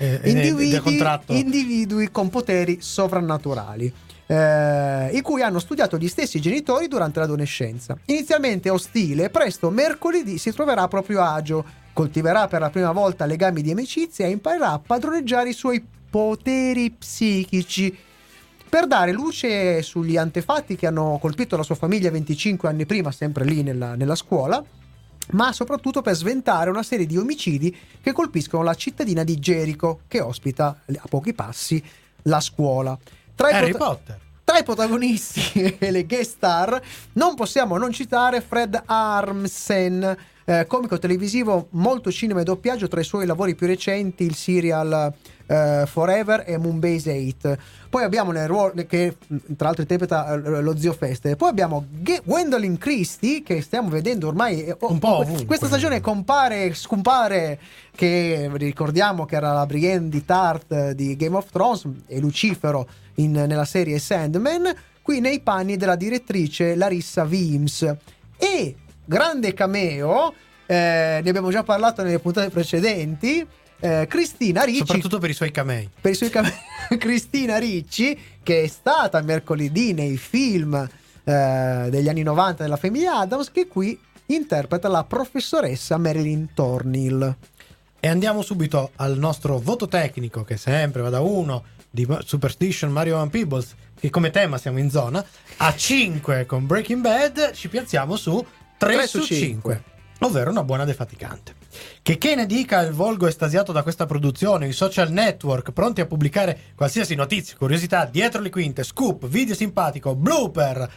Individui con poteri sovrannaturali. I cui hanno studiato gli stessi genitori durante l'adolescenza. Inizialmente ostile, presto mercoledì si troverà a proprio agio, coltiverà per la prima volta legami di amicizia e imparerà a padroneggiare i suoi poteri psichici per dare luce sugli antefatti che hanno colpito la sua famiglia 25 anni prima, sempre lì nella scuola, ma soprattutto per sventare una serie di omicidi che colpiscono la cittadina di Jericho, che ospita a pochi passi la scuola. Harry Potter. Tra i protagonisti e le guest star non possiamo non citare Fred Armisen, comico televisivo, molto cinema e doppiaggio. Tra i suoi lavori più recenti il serial Forever e Moonbase 8. Poi abbiamo nel ruolo che tra l'altro interpreta lo zio Feste. Poi abbiamo Gwendolyn Christie, che stiamo vedendo ormai un po' ovunque. Questa stagione compare, scompare, che ricordiamo che era la Brienne di Tarth di Game of Thrones e Lucifero nella serie Sandman, qui nei panni della direttrice Larissa Weems. E grande cameo, ne abbiamo già parlato nelle puntate precedenti, Cristina Ricci, soprattutto per i suoi camei. Cristina Ricci, che è stata mercoledì nei film degli anni 90 della famiglia Addams, che qui interpreta la professoressa Marilyn Thornhill. E andiamo subito al nostro voto tecnico, che sempre va da 1 di Superstition Mario Van Peebles, che come tema siamo in zona, a 5 con Breaking Bad ci piazziamo su 3 su 5, ovvero una buona defaticante. Che ne dica il volgo estasiato da questa produzione, i social network pronti a pubblicare qualsiasi notizia, curiosità, dietro le quinte, scoop, video simpatico, blooper,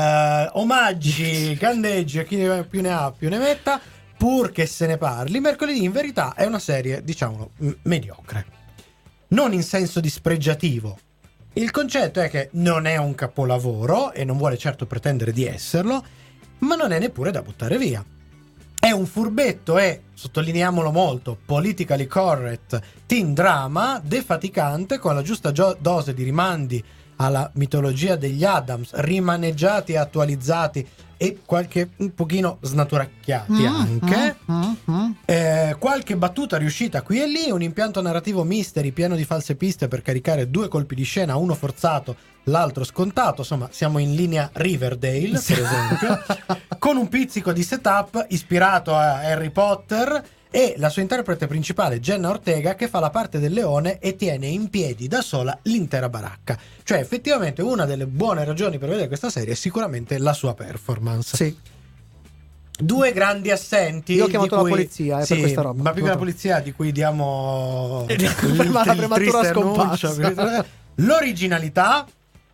omaggi, candeggi, a chi più ne ha più ne metta, pur che se ne parli, mercoledì in verità è una serie, diciamolo, mediocre. Non in senso dispregiativo. Il concetto è che non è un capolavoro e non vuole certo pretendere di esserlo, ma non è neppure da buttare via. È un furbetto e, sottolineiamolo molto, politically correct teen drama defaticante con la giusta dose di rimandi alla mitologia degli Addams, rimaneggiati e attualizzati e qualche un pochino snaturacchiati anche. Qualche battuta riuscita qui e lì, un impianto narrativo mystery pieno di false piste per caricare 2 colpi di scena, uno forzato, l'altro scontato. Insomma, siamo in linea Riverdale, per esempio, con un pizzico di setup ispirato a Harry Potter e la sua interprete principale Jenna Ortega, che fa la parte del leone e tiene in piedi da sola l'intera baracca. Cioè, effettivamente, una delle buone ragioni per vedere questa serie è sicuramente la sua performance. Sì. 2 grandi assenti. Io ho chiamato la polizia per questa roba. Ma più che la polizia, di cui diamo la prematura scomparsa. L'originalità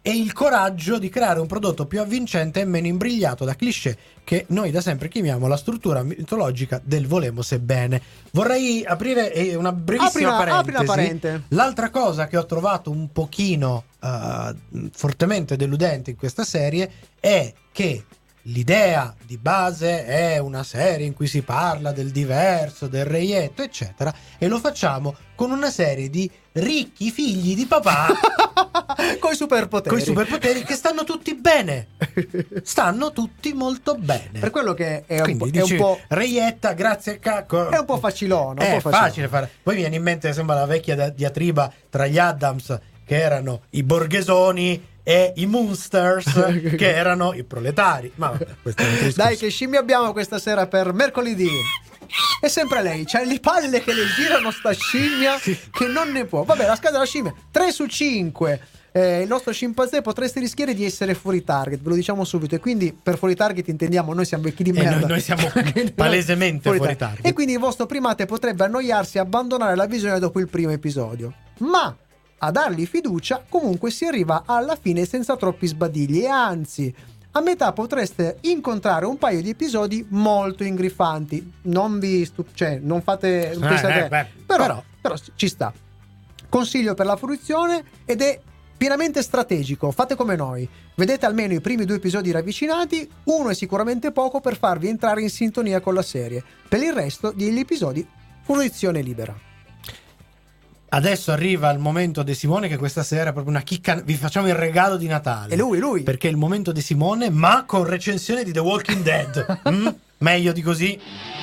e il coraggio di creare un prodotto più avvincente e meno imbrigliato da cliché che noi da sempre chiamiamo la struttura mitologica del volemo sebbene. Vorrei aprire una brevissima parentesi. L'altra cosa che ho trovato un pochino fortemente deludente in questa serie è che l'idea di base è una serie in cui si parla del diverso, del reietto, eccetera, e lo facciamo con una serie di ricchi figli di papà coi superpoteri che stanno tutti bene. Stanno tutti molto bene. Per quello che è Quindi un po' reietta, grazie a cacco. È un po' facilone. È facile fare. Poi mi viene in mente, sembra la vecchia diatriba tra gli Addams, che erano i borghesoni, e i Munsters, che erano i proletari. Ma vabbè, questo è un altro discorso. Dai, che scimmia abbiamo questa sera per mercoledì? È sempre lei, c'ha le palle che le girano sta scimmia che non ne può. Vabbè, la scala della scimmia 3 su 5. Il nostro scimpanzé potreste rischiare di essere fuori target, ve lo diciamo subito. E quindi per fuori target intendiamo noi siamo vecchi di merda. Noi siamo palesemente fuori target. E quindi il vostro primate potrebbe annoiarsi e abbandonare la visione dopo il primo episodio. Ma a dargli fiducia comunque si arriva alla fine senza troppi sbadigli, e anzi a metà potreste incontrare un paio di episodi molto ingriffanti. Non vi non fate pensate, però ci sta. Consiglio per la fruizione, ed è pienamente strategico. Fate come noi, vedete almeno i primi 2 episodi ravvicinati. Uno è sicuramente poco per farvi entrare in sintonia con la serie. Per il resto degli episodi fruizione libera. Adesso arriva il momento De Simone, che questa sera è proprio una chicca. Vi facciamo il regalo di Natale. E lui. Perché è il momento De Simone, ma con recensione di The Walking Dead. Meglio di così.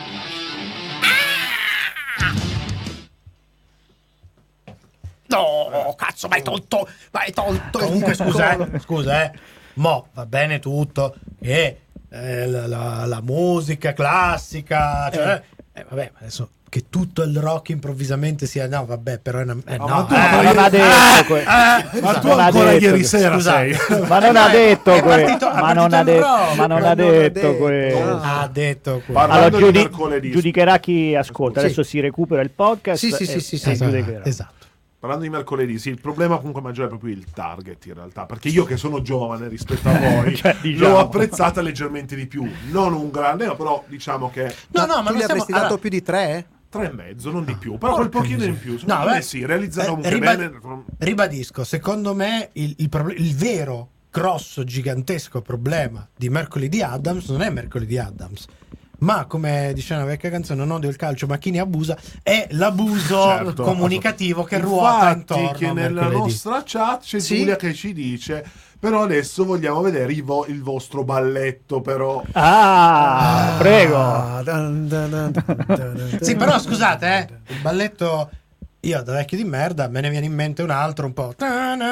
No, cazzo, m'hai tolto. Comunque scusa. Mo va bene tutto, che la musica classica, cioè, vabbè, adesso che tutto il rock improvvisamente sia, no vabbè, però è una, ma non ha detto ma tu ancora ieri sera sei, ma non ha detto ma non ha detto quello. Ha detto quello. Allora giudicherà chi ascolta. Adesso si recupera il podcast. Sì, esatto. Parlando di mercoledì, sì, il problema comunque maggiore è proprio il target, in realtà, perché io che sono giovane rispetto a voi l'ho apprezzata leggermente di più, non un grande, però diciamo che ma tu gli avresti dato più di 3? 3,5, non di più, però quel pochino in più, secondo me sì, realizzato comunque bene. Ribadisco, secondo me il vero grosso gigantesco problema di Mercoledì Addams non è Mercoledì Addams, ma come dice una vecchia canzone, non odio il calcio ma chi ne abusa, è l'abuso comunicativo che ruota intorno che nella nostra chat c'è Giulia che ci dice: però adesso vogliamo vedere il vostro balletto, però. Prego. Sì, però scusate, il balletto, io da vecchio di merda me ne viene in mente un altro un po'.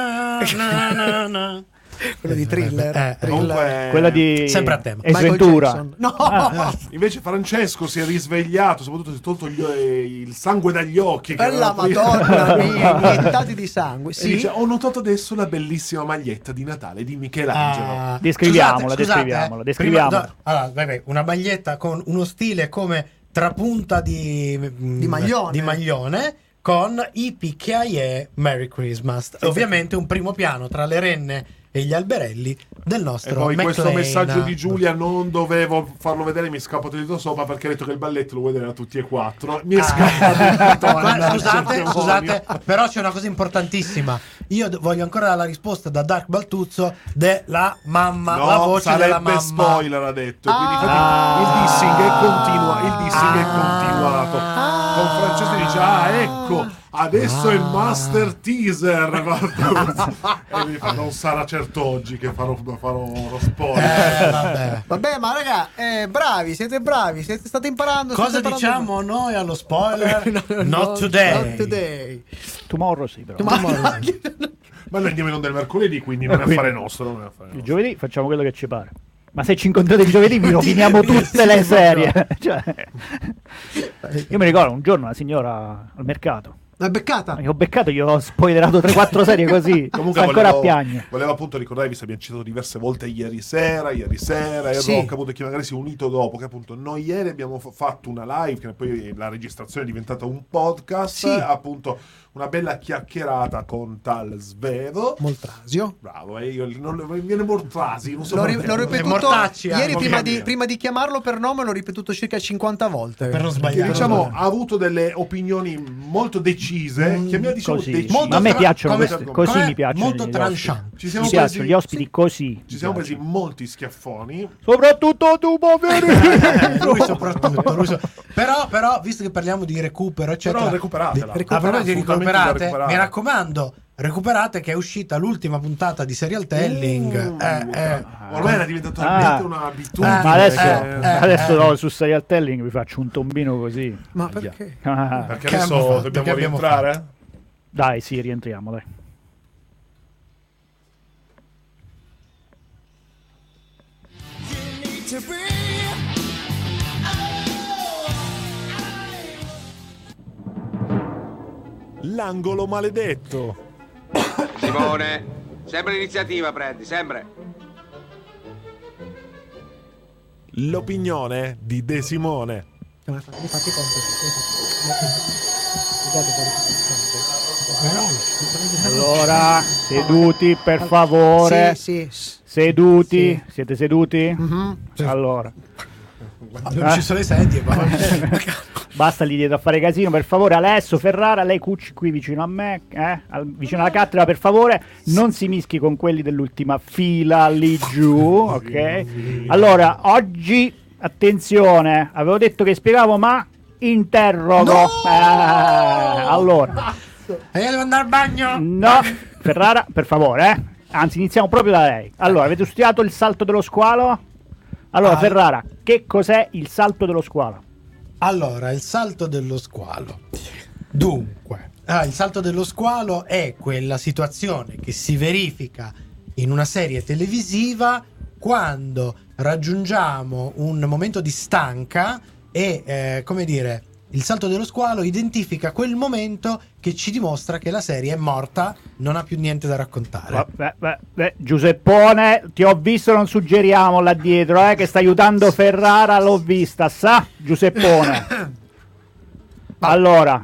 Quello di Thriller. Comunque, quella di sempre a tema. Sventura. No. Invece Francesco si è risvegliato, soprattutto si è tolto il sangue dagli occhi. Bella Madonna mia, iniettati di sangue. Sì. Dice: ho notato adesso la bellissima maglietta di Natale di Michelangelo. Descriviamola. Allora, vai, una maglietta con uno stile come trapunta di maglione con i picchiaie Merry Christmas. Ovviamente un primo piano tra le renne e gli alberelli del nostro e poi McLean. Questo messaggio di Giulia non dovevo farlo vedere, mi è scappato di sopra perché ha detto che il balletto lo vuoi vedere a tutti e 4. Mi è scappato scusate, però c'è una cosa importantissima. Io voglio ancora la risposta da Dark Baltuzzo della mamma, la voce della mamma. Spoiler ha detto, quindi il dissing è continuato. Con Francesco dice: ecco, adesso è il master teaser. E non sarà certo oggi che farò lo spoiler. Vabbè, ma raga, bravi, siete state imparando. Cosa diciamo noi allo spoiler? Not today. Tomorrow sì, però. Ma noi andiamo in onda il mercoledì, quindi non è affare nostro. Il giovedì facciamo quello che ci pare. Ma se ci incontrate il giovedì vi roviniamo tutte le serie. Cioè, io mi ricordo un giorno una signora al mercato L'hai beccata? Io ho beccato, gli ho spoilerato 3-4 serie così. Comunque sta ancora a piagne. volevo appunto ricordare, visto che abbiamo citato diverse volte ieri sera e Sì. Rock, appunto, chi magari si è unito dopo, che appunto noi ieri abbiamo fatto una live, che poi la registrazione è diventata un podcast, Sì. appunto una bella chiacchierata con tal Svevo. Moltrasio. Bravo, io non mi viene Mortrasi, non so L'ho perché. ripetuto Mortacci, ieri non prima cambia. di chiamarlo per nome, l'ho ripetuto circa 50 volte. Per non Che sbagliare. diciamo ha avuto delle opinioni molto decise, chiamiamo diciamo Così. decise. Molto Ma a me tra- piacciono come- questi, così com'è? mi piacciono. Molto gli tranchant. ospiti. Ci siamo Mi presi- piacciono gli ospiti così. Ci siamo mi presi molti schiaffoni. Soprattutto tu, poveri. Lui soprattutto. Però, visto che parliamo di recupero, eccetera. Però recuperatela. A proposito di Assolutamente da recuperate, recuperare. mi raccomando, recuperate che è uscita l'ultima puntata di Serial Telling. Ormai era diventata Ah. talmente un'abitudine. Ma adesso, che- adesso no, su Serial Telling vi faccio un tombino così. Ma perché? Ah, Perché Che adesso abbiamo fatto? dobbiamo Che abbiamo rientrare? dai, sì, rientriamo, dai. L'angolo maledetto. Simone, sempre l'iniziativa prendi, sempre. L'opinione di De Simone. Allora, seduti per favore. Sì, sì. Seduti, siete seduti? Mhm. Allora, Non ci sono le sedie, ma basta lì dietro a fare casino, per favore. Alessio Ferrara, lei cucci qui vicino a me, vicino alla cattedra, per favore. Non si mischi con quelli dell'ultima fila lì giù, ok? Allora, oggi, attenzione, avevo detto che spiegavo, ma interrogo. Allora, devo andare al bagno. no, Ferrara, per favore, Anzi, iniziamo proprio da lei. Allora, avete studiato il salto dello squalo? Allora, Ferrara, che cos'è il salto dello squalo? Allora, il salto dello squalo. Dunque, il salto dello squalo è quella situazione che si verifica in una serie televisiva quando raggiungiamo un momento di stanca e, come dire, il salto dello squalo identifica quel momento che ci dimostra che la serie è morta, non ha più niente da raccontare. Giuseppone, ti ho visto, non suggeriamo là dietro, che sta aiutando Ferrara, l'ho vista, sa? Giuseppone. Allora,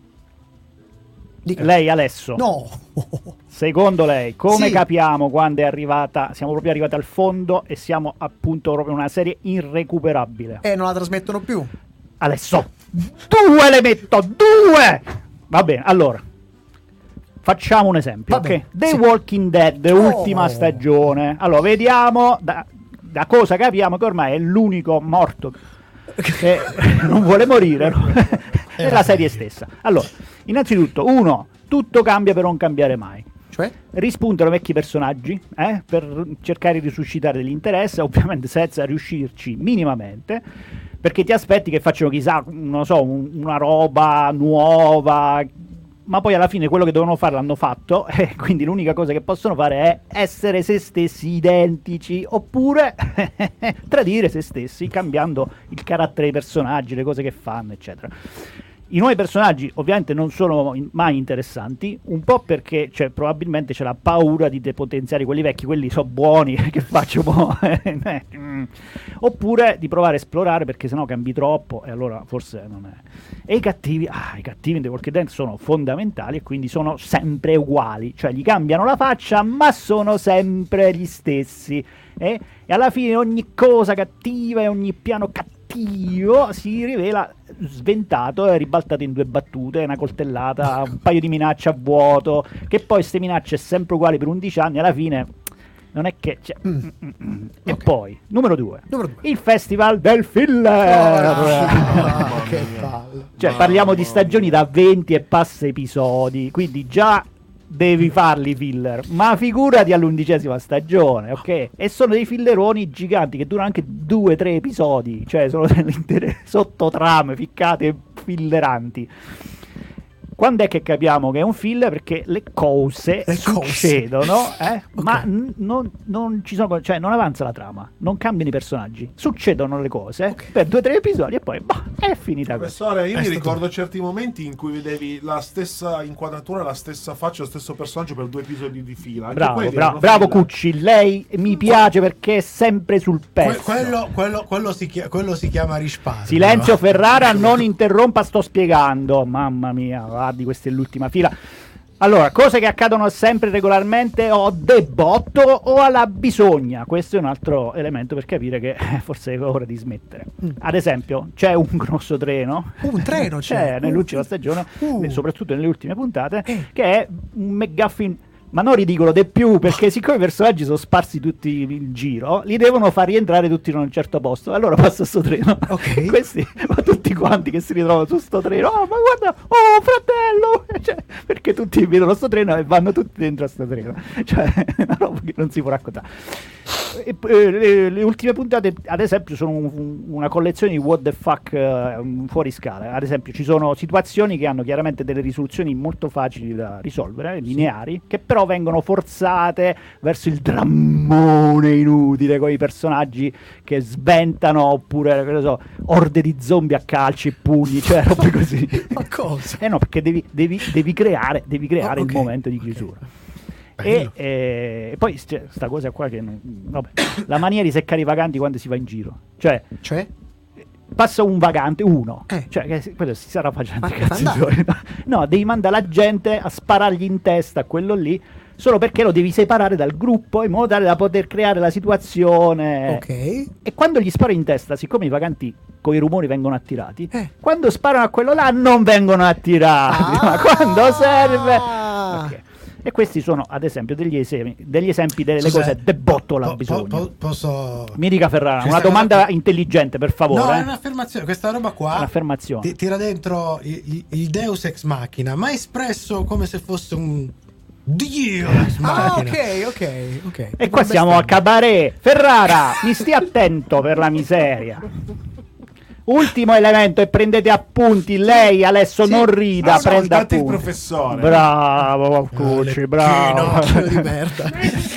lei adesso, No. secondo lei, come Sì. capiamo quando è arrivata, siamo proprio arrivati al fondo e siamo appunto proprio in una serie irrecuperabile? Non la trasmettono più. Adesso 2 le metto, 2! Va bene, allora facciamo un esempio, Va bene, ok? The sì. Walking Dead, ultima stagione. Allora, vediamo da cosa capiamo che ormai è l'unico morto che non vuole morire, no? È la serie stessa. Allora, innanzitutto, tutto cambia per non cambiare mai. Cioè? Rispuntano vecchi personaggi per cercare di suscitare dell'interesse, ovviamente senza riuscirci minimamente, perché ti aspetti che facciano chissà, non so, una roba nuova, ma poi alla fine quello che dovevano fare l'hanno fatto, e quindi l'unica cosa che possono fare è essere se stessi identici, oppure tradire se stessi cambiando il carattere dei personaggi, le cose che fanno, eccetera. I nuovi personaggi ovviamente non sono mai interessanti, un po' perché probabilmente c'è la paura di depotenziare quelli vecchi, quelli sono buoni, che faccio boh. Oppure di provare a esplorare, perché sennò cambi troppo e allora forse non è. E i cattivi in The Walking Dead sono fondamentali e quindi sono sempre uguali, cioè gli cambiano la faccia ma sono sempre gli stessi, e alla fine ogni cosa cattiva e ogni piano cattivo si rivela sventato e ribaltato in 2 battute, una coltellata, un paio di minacce a vuoto, che poi queste minacce sempre uguali per 11 anni, alla fine non è che E poi numero 2, il festival del filler. Che palle. Cioè parliamo di stagioni da 20 e passa episodi, quindi già devi farli filler, ma figurati all'11ª stagione, ok? E sono dei filleroni giganti che durano anche 2-3 episodi, cioè sono delle intere sottotrame ficcate filleranti. Quando è che capiamo che è un filler? Perché le cose succedono, Okay. ma non ci sono, cioè non avanza la trama, non cambiano i personaggi, succedono le cose per 2 o 3 episodi e poi è finita così. Professore, io È mi stato- ricordo certi momenti in cui vedevi la stessa inquadratura, la stessa faccia, lo stesso personaggio per 2 episodi di fila. Anche quelli erano Bravo filler. Cucci, lei mi piace perché è sempre sul pezzo. Quello si chiama risparmio. Silenzio Ferrara, non interrompa, sto spiegando. Mamma mia, guardi, questa è l'ultima fila. Allora, cose che accadono sempre regolarmente o debotto o alla bisogna. Questo è un altro elemento per capire che forse è ora di smettere. Ad esempio, c'è un grosso treno. Un treno c'è nell'ultima stagione, soprattutto nelle ultime puntate, che è un McGuffin. Ma non ridicolo di più, perché siccome i personaggi sono sparsi tutti in giro, li devono far rientrare tutti in un certo posto. Allora passa sto treno. Ok. Questi, ma tutti quanti che si ritrovano su sto treno. Oh, ma guarda, oh fratello! Cioè, perché tutti vedono sto treno e vanno tutti dentro a sto treno. Cioè, è una roba che non si può raccontare. Le ultime puntate, ad esempio, sono una collezione di what the fuck fuori scala. Ad esempio, ci sono situazioni che hanno chiaramente delle risoluzioni molto facili da risolvere, lineari, che però vengono forzate verso il drammone inutile con i personaggi che sventano, oppure, che ne so, orde di zombie a calci e pugni, cioè robe così. Ma cosa? No, perché devi creare Oh, il ok, momento di chiusura. E poi sta cosa qua che vabbè, la mania di seccare i vaganti quando si va in giro, cioè passa un vagante, cioè che quello si sarà facendo i cazzi suoi. No, devi mandare la gente a sparargli in testa a quello lì solo perché lo devi separare dal gruppo in modo tale da poter creare la situazione. Ok. E quando gli sparo in testa, siccome i vaganti con i rumori vengono attirati, quando sparano a quello là non vengono attirati, ma quando serve. Ok. E questi sono, ad esempio, degli esempi delle cose de botto la bisogno. Posso... Mi dica Ferrara, una domanda intelligente, per favore. No, è un'affermazione. Questa roba qua un'affermazione. Tira dentro il Deus ex machina, ma espresso come se fosse un Dio ex machina. Ok. E qua siamo a cabaret. Ferrara, mi stia attento per la miseria. Ultimo elemento, e prendete appunti. Lei adesso non rida, prenda appunti. Il professore. Bravo Cucci, bravo. Di merda.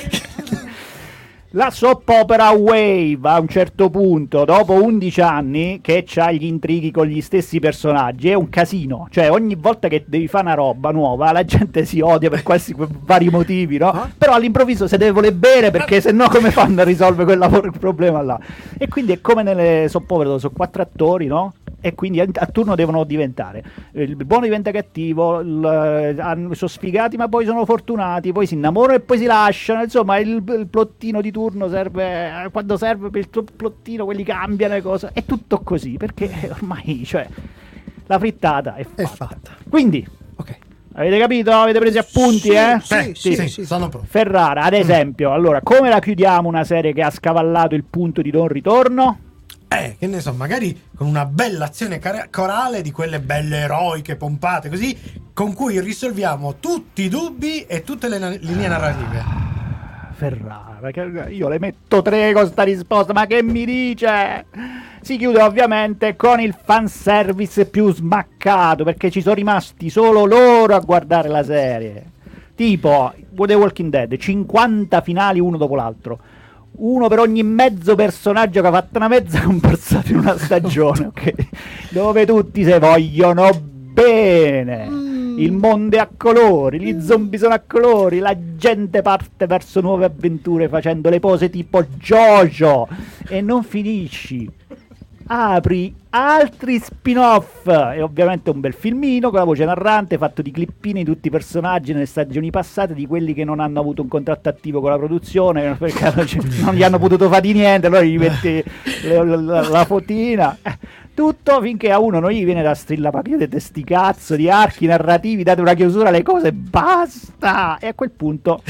La soap opera Wave a un certo punto, dopo 11 anni che c'ha gli intrighi con gli stessi personaggi, è un casino. Cioè ogni volta che devi fare una roba nuova la gente si odia per vari motivi, no? Però all'improvviso se deve voler bene, perché se no come fanno a risolvere quel problema là? E quindi è come nelle soap opera dove sono 4 attori, no? E quindi a turno devono diventare, il buono diventa cattivo, sono sfigati ma poi sono fortunati, poi si innamorano e poi si lasciano, insomma il plottino di turno serve quando serve per il tuo plottino, quelli cambiano le cose, è tutto così, perché ormai, cioè, la frittata è fatta. Quindi avete capito? Avete preso appunti? Sì, sono pronto. Ferrara, ad esempio, allora come la chiudiamo una serie che ha scavallato il punto di non ritorno? Che ne so, magari con una bella azione corale di quelle belle eroiche pompate così, con cui risolviamo tutti i dubbi e tutte le linee narrative. Ferrara, perché io le metto 3 con sta risposta, ma che mi dice? Si chiude ovviamente con il fanservice più smaccato, perché ci sono rimasti solo loro a guardare la serie. Tipo The Walking Dead, 50 finali uno dopo l'altro. Uno per ogni mezzo personaggio che ha fatto una mezza comparsata in una stagione, ok? Dove tutti se vogliono bene. Il mondo è a colori, gli zombie sono a colori, la gente parte verso nuove avventure facendo le pose tipo JoJo e non finisci. Apri altri spin-off e ovviamente un bel filmino con la voce narrante fatto di clippini di tutti i personaggi nelle stagioni passate, di quelli che non hanno avuto un contratto attivo con la produzione perché non gli hanno potuto fare di niente, allora gli metti la fotina, tutto finché a uno non gli viene da strilla, ma chiudete sti cazzo di archi narrativi, date una chiusura alle cose, basta, e a quel punto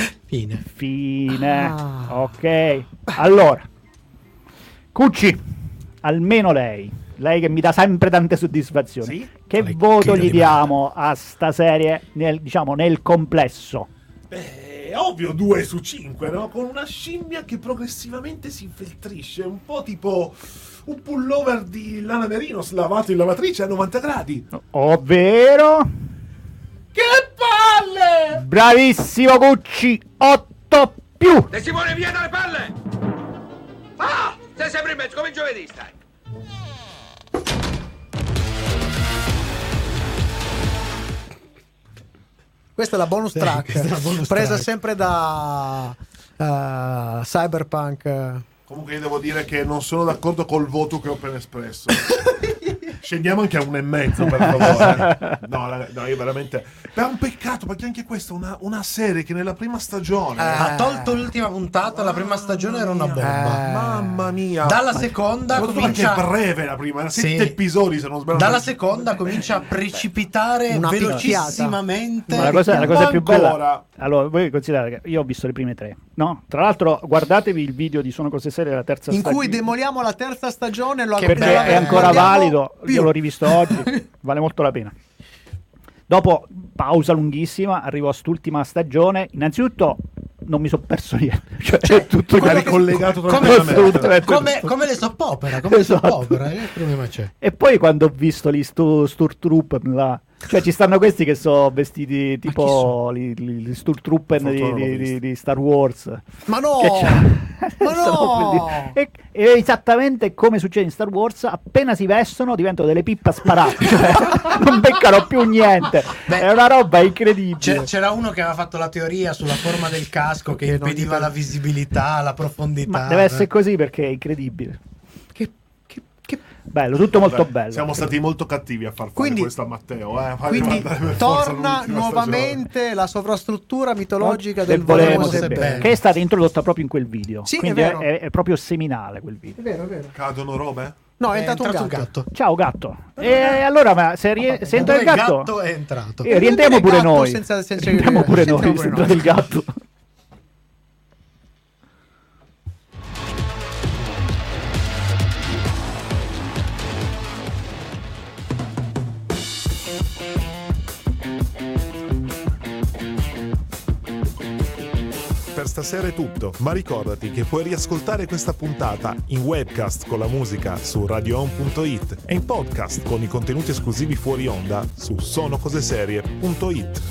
fine. Ok, allora Cucci, almeno lei che mi dà sempre tante soddisfazioni, che voto gli diamo a sta serie nel complesso? È ovvio 2 su 5, no? Con una scimmia che progressivamente si infiltrisce, un po' tipo un pullover di lana merino slavato in lavatrice a 90 gradi. Ovvero? Che palle! Bravissimo Gucci, 8 più. De Simone, via dalle palle! Ah! Sei sempre in mezzo, come il giovedì stai. Questa è la bonus Sì, track, questa è la bonus presa track. sempre da Cyberpunk. Comunque io devo dire che non sono d'accordo col voto che ho appena espresso. Scendiamo anche a 1,5 per favore. No, io veramente. È un peccato perché anche questa è una serie che nella prima stagione Ha tolto l'ultima puntata, la prima stagione era una bomba. mamma mia. Dalla seconda Soprattutto comincia anche breve la prima, era 7 Sì. episodi se non sbaglio. Dalla seconda comincia a precipitare Una velocissimamente. Ma la cosa più bella, ancora. allora voi considerate che io ho visto le prime 3, no? Tra l'altro guardatevi il video di Sono Cose Serie della terza In stagione, cui demoliamo la terza stagione, lo Che perché è ancora valido, io l'ho rivisto oggi, vale molto la pena. Dopo pausa lunghissima, arrivo a quest'ultima stagione, innanzitutto non mi sono perso niente, cioè è tutto Come ricollegato assolutamente tutto. Come le soppopera, come le Esatto. soppopera, che problema c'è? E poi quando ho visto gli Sturmtrooper là, cioè ci stanno questi che sono vestiti tipo gli Sturmtrooper di Star Wars. Ma no! Che c'è? Ma no! E esattamente come succede in Star Wars, appena si vestono diventano delle pippe sparate, cioè non beccano più niente. Beh, è una roba incredibile. C'era uno che aveva fatto la teoria sulla forma del casco che impediva la visibilità, la profondità. Ma deve essere così perché è incredibile. Bello, tutto molto bello. Siamo stati molto cattivi a far fare Quindi- questo a Matteo. Quindi torna nuovamente la sovrastruttura mitologica del Volevo se bene. che è stata introdotta proprio in quel video. Sì, quindi è vero. è proprio seminale quel video. È vero, è vero. Cadono robe? No, è entrato un gatto. Ciao gatto. E allora, ma se entra il gatto, è entrato. rientriamo pure gatto noi. senza Rientriamo pure entriamo noi, pure se entra il gatto. Per stasera è tutto, ma ricordati che puoi riascoltare questa puntata in webcast con la musica su radioon.it e in podcast con i contenuti esclusivi fuori onda su sonocoseserie.it.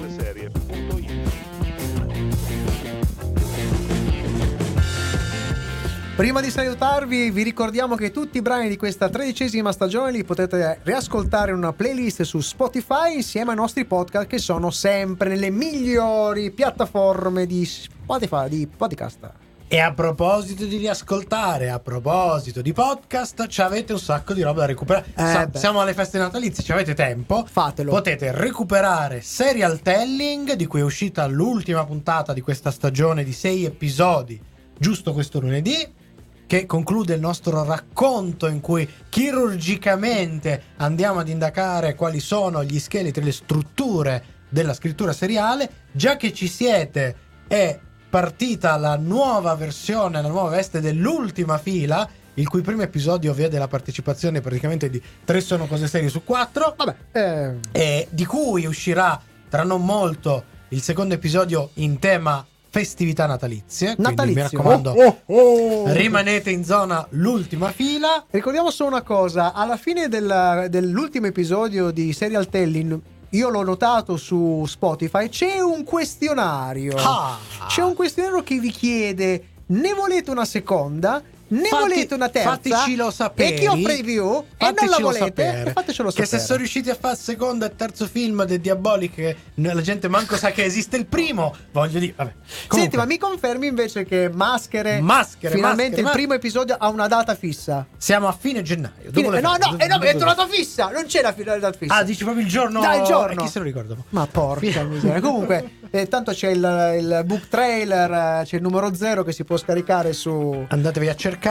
Prima di salutarvi, vi ricordiamo che tutti i brani di questa 13ª stagione li potete riascoltare in una playlist su Spotify insieme ai nostri podcast che sono sempre nelle migliori piattaforme di Spotify, di podcast. E a proposito di riascoltare, a proposito di podcast, ci avete un sacco di roba da recuperare. Siamo alle feste natalizie, ci avete tempo. Fatelo. Potete recuperare Serial Telling, di cui è uscita l'ultima puntata di questa stagione di 6 episodi, giusto questo lunedì, che conclude il nostro racconto in cui chirurgicamente andiamo ad indagare quali sono gli scheletri, le strutture della scrittura seriale. Già che ci siete, è partita la nuova versione, la nuova veste dell'ultima fila, il cui primo episodio vede la partecipazione praticamente di 3 Sono Cose Serie su 4. Vabbè, E di cui uscirà tra non molto il secondo episodio in tema festività natalizie. Quindi mi natalizio. raccomando, rimanete in zona l'ultima fila. Ricordiamo solo una cosa, alla fine dell'ultimo episodio di Serial Telling, io l'ho notato su Spotify, c'è un questionario. C'è un questionario che vi chiede: ne volete una seconda? Ne volete una terza? Fatecelo sapere. E chi offre di più? E non la volete? E fatecelo Che sapere. se sono riusciti a fare il secondo e terzo film del Diabolic, la gente manco sa che esiste il primo. Voglio dire, vabbè. Comunque, Senti, ma mi confermi invece che Maschere finalmente Maschere, il primo episodio ha una data fissa? siamo a fine gennaio. No, è una data fissa, non c'è la data fissa. Ah, dici proprio il giorno? Dai, il giorno. Chi se lo ricorda? Ma porca miseria. Comunque, tanto c'è il book trailer, c'è il numero 0 che si può scaricare su. Andatevi a cercare.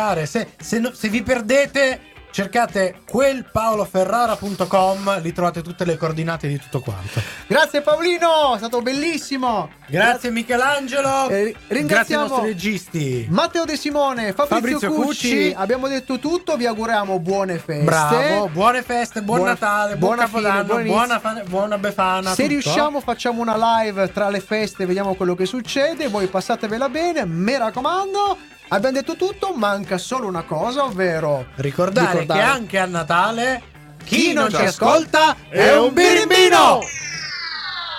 Se vi perdete, cercate quelpaoloferrara.com, lì trovate tutte le coordinate di tutto quanto. Grazie Paolino, è stato bellissimo. Grazie Michelangelo. Grazie ai Ringraziamo nostri registi. Matteo De Simone, Fabrizio Cucci. Abbiamo detto tutto, vi auguriamo buone feste. Bravo, buone feste, buon Natale, buon buona fine, Capodanno, buon inizio. buona Befana. Se tutto. riusciamo facciamo una live tra le feste, vediamo quello che succede, voi passatevela bene, mi raccomando. Abbiamo detto tutto, manca solo una cosa, ovvero Ricordare che anche a Natale chi non ci ascolta è un birimbino.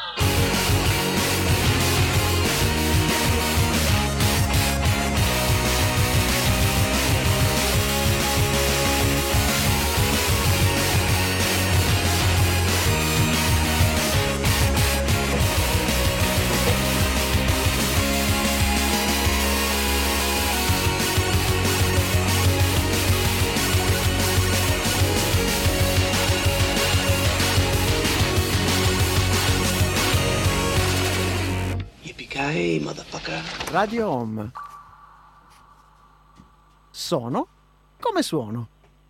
Radio Home. Sono come suono.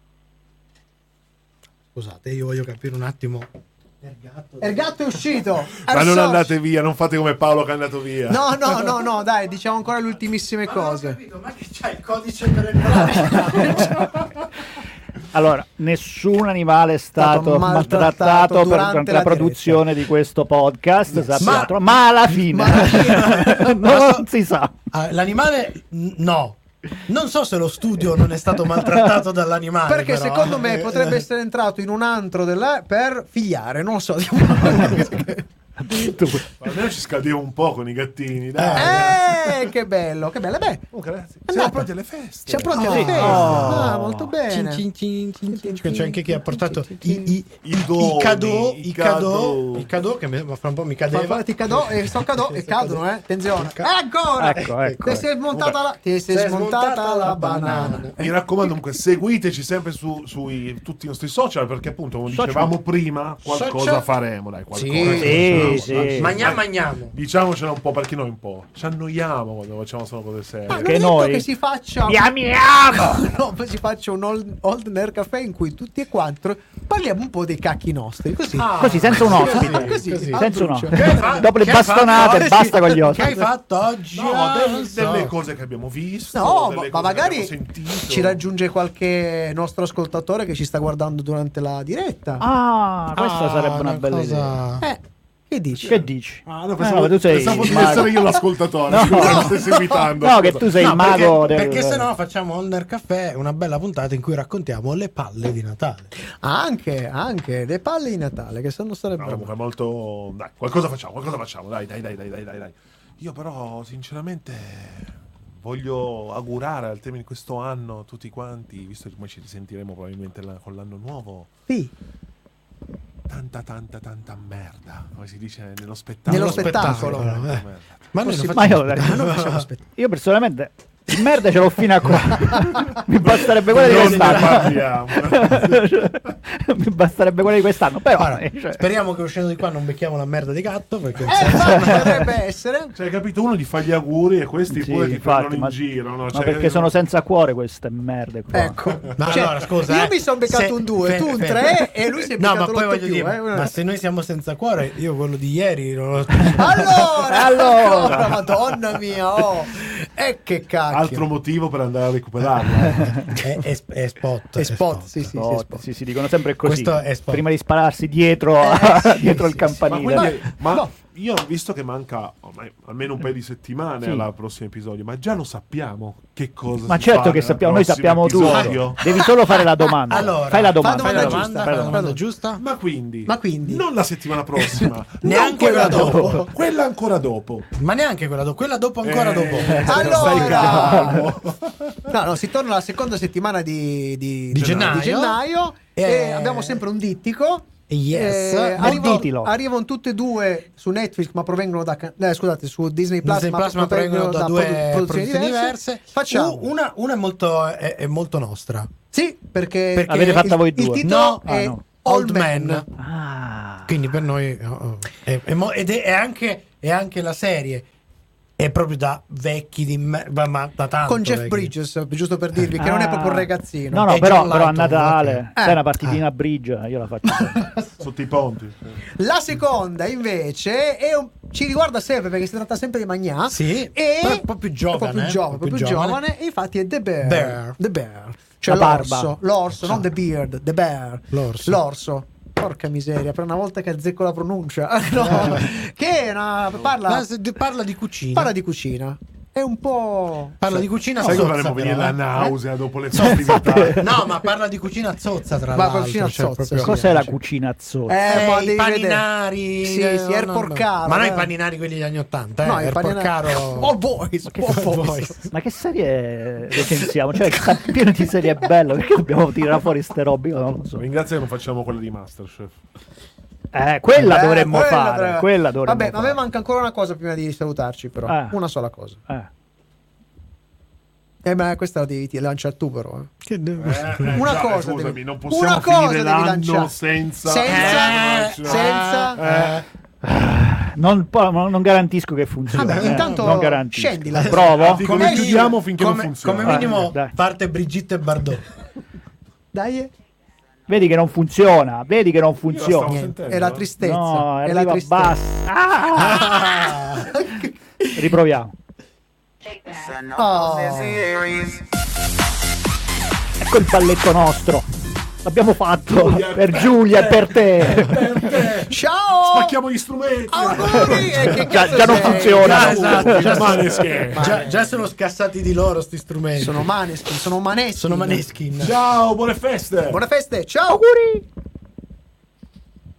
Scusate, io voglio capire un attimo. Il gatto è uscito. Ma non andate via, non fate come Paolo che è andato via. No, dai, diciamo ancora le ultimissime cose. Non ho capito, ma che c'hai il codice per entrare? Allora, nessun animale è stato maltrattato durante per la produzione di questo podcast, sappiatelo, ma alla fine non si sa. L'animale no. Non so se lo studio non è stato maltrattato dall'animale. Perché però, secondo me potrebbe essere entrato in un antro per figliare, non lo so. Almeno ci scaldiamo un po' con i gattini, dai. Che bello, che bello. Beh, Grazie. Siamo pronti alle feste. siamo pronti alla festa. Molto bene. C'è anche chi ha portato I cadeau che fra un po' mi cadeva. Ti cadò e cadono, attenzione. Ancora. Ecco. Ti sei smontata la banana. Mi raccomando, comunque, seguiteci sempre su tutti i nostri social, perché appunto, come dicevamo prima, qualcosa Social. faremo, dai, qualcosa. Sì. Magniamo. Diciamocela un po', perché noi un po' ci annoiamo quando facciamo solo cose serie. Ma non Che è detto noi che si faccia si faccia un old nerd caffè in cui tutti e quattro parliamo un po' dei cacchi nostri, così. Così, senza un ospite. Così. Senza un ospite. Che hai fatto? Dopo le Che hai bastonate, fatto? basta con gli Che hai ospiti. fatto oggi? No, Non so. delle cose che abbiamo visto, No, delle ma cose magari che abbiamo sentito. ci raggiunge qualche nostro ascoltatore che ci sta guardando durante la diretta. Questa sarebbe una bella idea. Che dici? Che dici? No, ma tu sei pensavo il di mago. essere io l'ascoltatore. No. Scusa, mi stessi invitando. No, scusa. che tu sei il mago perché se no facciamo Honor Caffè, una bella puntata in cui raccontiamo le palle di Natale. Anche le palle di Natale che sanno stare No, bene. comunque molto. Dai, qualcosa facciamo. Dai. Io però, sinceramente, voglio augurare al termine di questo anno tutti quanti, visto che ormai ci risentiremo probabilmente con l'anno nuovo. Sì. Tanta merda, come si dice nello spettacolo. Nello spettacolo. Merda. Ma noi Ma io, facciamo io personalmente il merda ce l'ho fino a qua. Mi basterebbe quella di Non ne quest'anno. parliamo. Mi basterebbe quella di quest'anno. Però Allora, speriamo che uscendo di qua non becchiamo la merda di gatto, perché Potrebbe essere. Cioè, hai capito? Uno gli fa gli auguri e questi Sì, pure ti infatti, prendono in giro. No? ma Cioè, perché sono senza cuore queste merde qua. Ecco. Ma Cioè, allora, scusa, io mi sono beccato un 2, tu un 3 e lui si è no, beccato ma poi l'8 voglio più, dire, ma se noi siamo senza cuore, io quello di ieri non lo Allora, madonna mia, e che cacchio. altro motivo per andare a recuperarla. è spot. È spot, sì, spot. Sì, dicono sempre così. Questo è spot. Prima di spararsi dietro, dietro il campanile. Ma io ho visto che manca ormai almeno un paio di settimane al prossimo episodio, ma già lo sappiamo che cosa Ma si certo fa che nel sappiamo, noi prossimo sappiamo episodio. tutto. Devi solo fare la domanda. Allora, fai la domanda. fai la domanda giusta? Ma quindi non la settimana prossima, Neanche non quella quella dopo, quella ancora dopo. Ma neanche quella dopo ancora dopo. Stai calmo. No, si torna alla seconda settimana di gennaio. E abbiamo sempre un dittico. Yes. Arrivano tutte e due su Netflix, ma provengono da su Disney Plus, ma provengono da due produzioni diverse. Facciamo una è molto nostra. Sì, perché Avete fatta voi il due. titolo No, è no. Old Man. Quindi per noi ed è anche la serie è proprio da vecchi ma da tanto Con Jeff vecchi. Bridges, giusto per dirvi che non è proprio un ragazzino. No, È però John a Lighton, Natale ok. sai una partitina a Bridge, io la faccio sempre. Sotto i ponti. La seconda invece ci riguarda sempre perché si tratta sempre di Magnà. Sì, e un po' più giovane, un po' più giovane, e infatti è The Bear. Cioè La barba. l'orso, non The Beard, The Bear. L'orso. Porca miseria, per una volta che azzecco la pronuncia. No, che è parla di cucina. Parla di cucina. È un po'. Parla di cucina Sai che zozza, faremo venire però, la nausea dopo le festività. No, ma parla di cucina zozza tra Ma l'altro. cucina zozza, proprio- sì. Cos'è la cucina zozza? Ma i devi paninari. Sì, il porcaro. Ma non i paninari quelli degli anni 80, No, il i paninari. porcaro. All boys. All boys. Ma che serie recensiamo? Cioè, sta pieno di serie belle, perché dobbiamo tirare fuori ste robe? Io non lo so. Ringrazio che non facciamo quella di Masterchef. Quella dovremmo fare. Quella dovremmo Vabbè, ma a me fare. manca ancora una cosa prima di salutarci, però. Una sola cosa. Ma questa la devi lanciare tu, però. Una cosa. Scusami, non una possiamo cosa finire devi l'anno lanciare. senza. Senza. non garantisco che funzioni. Vabbè, intanto non garantisco. scendi la provo. Come chiudiamo finché non funziona. Come minimo dai. parte Brigitte Bardot. Dai. Vedi che non funziona. Stavo Niente, sentendo, è la eh. tristezza. No, è la arriva tristezza. bassa. Riproviamo. Oh. Ecco il balletto nostro. L'abbiamo fatto per Giulia e per te. Ciao. Spacchiamo gli strumenti. Auguri. E che Già cazzo non sei? funziona. Esatto, Maneskin. già sono scassati di loro sti strumenti. Sono Maneskin, sono Maneskin. Sono Maneskin. Ciao, buone feste. Buone feste, ciao. Auguri.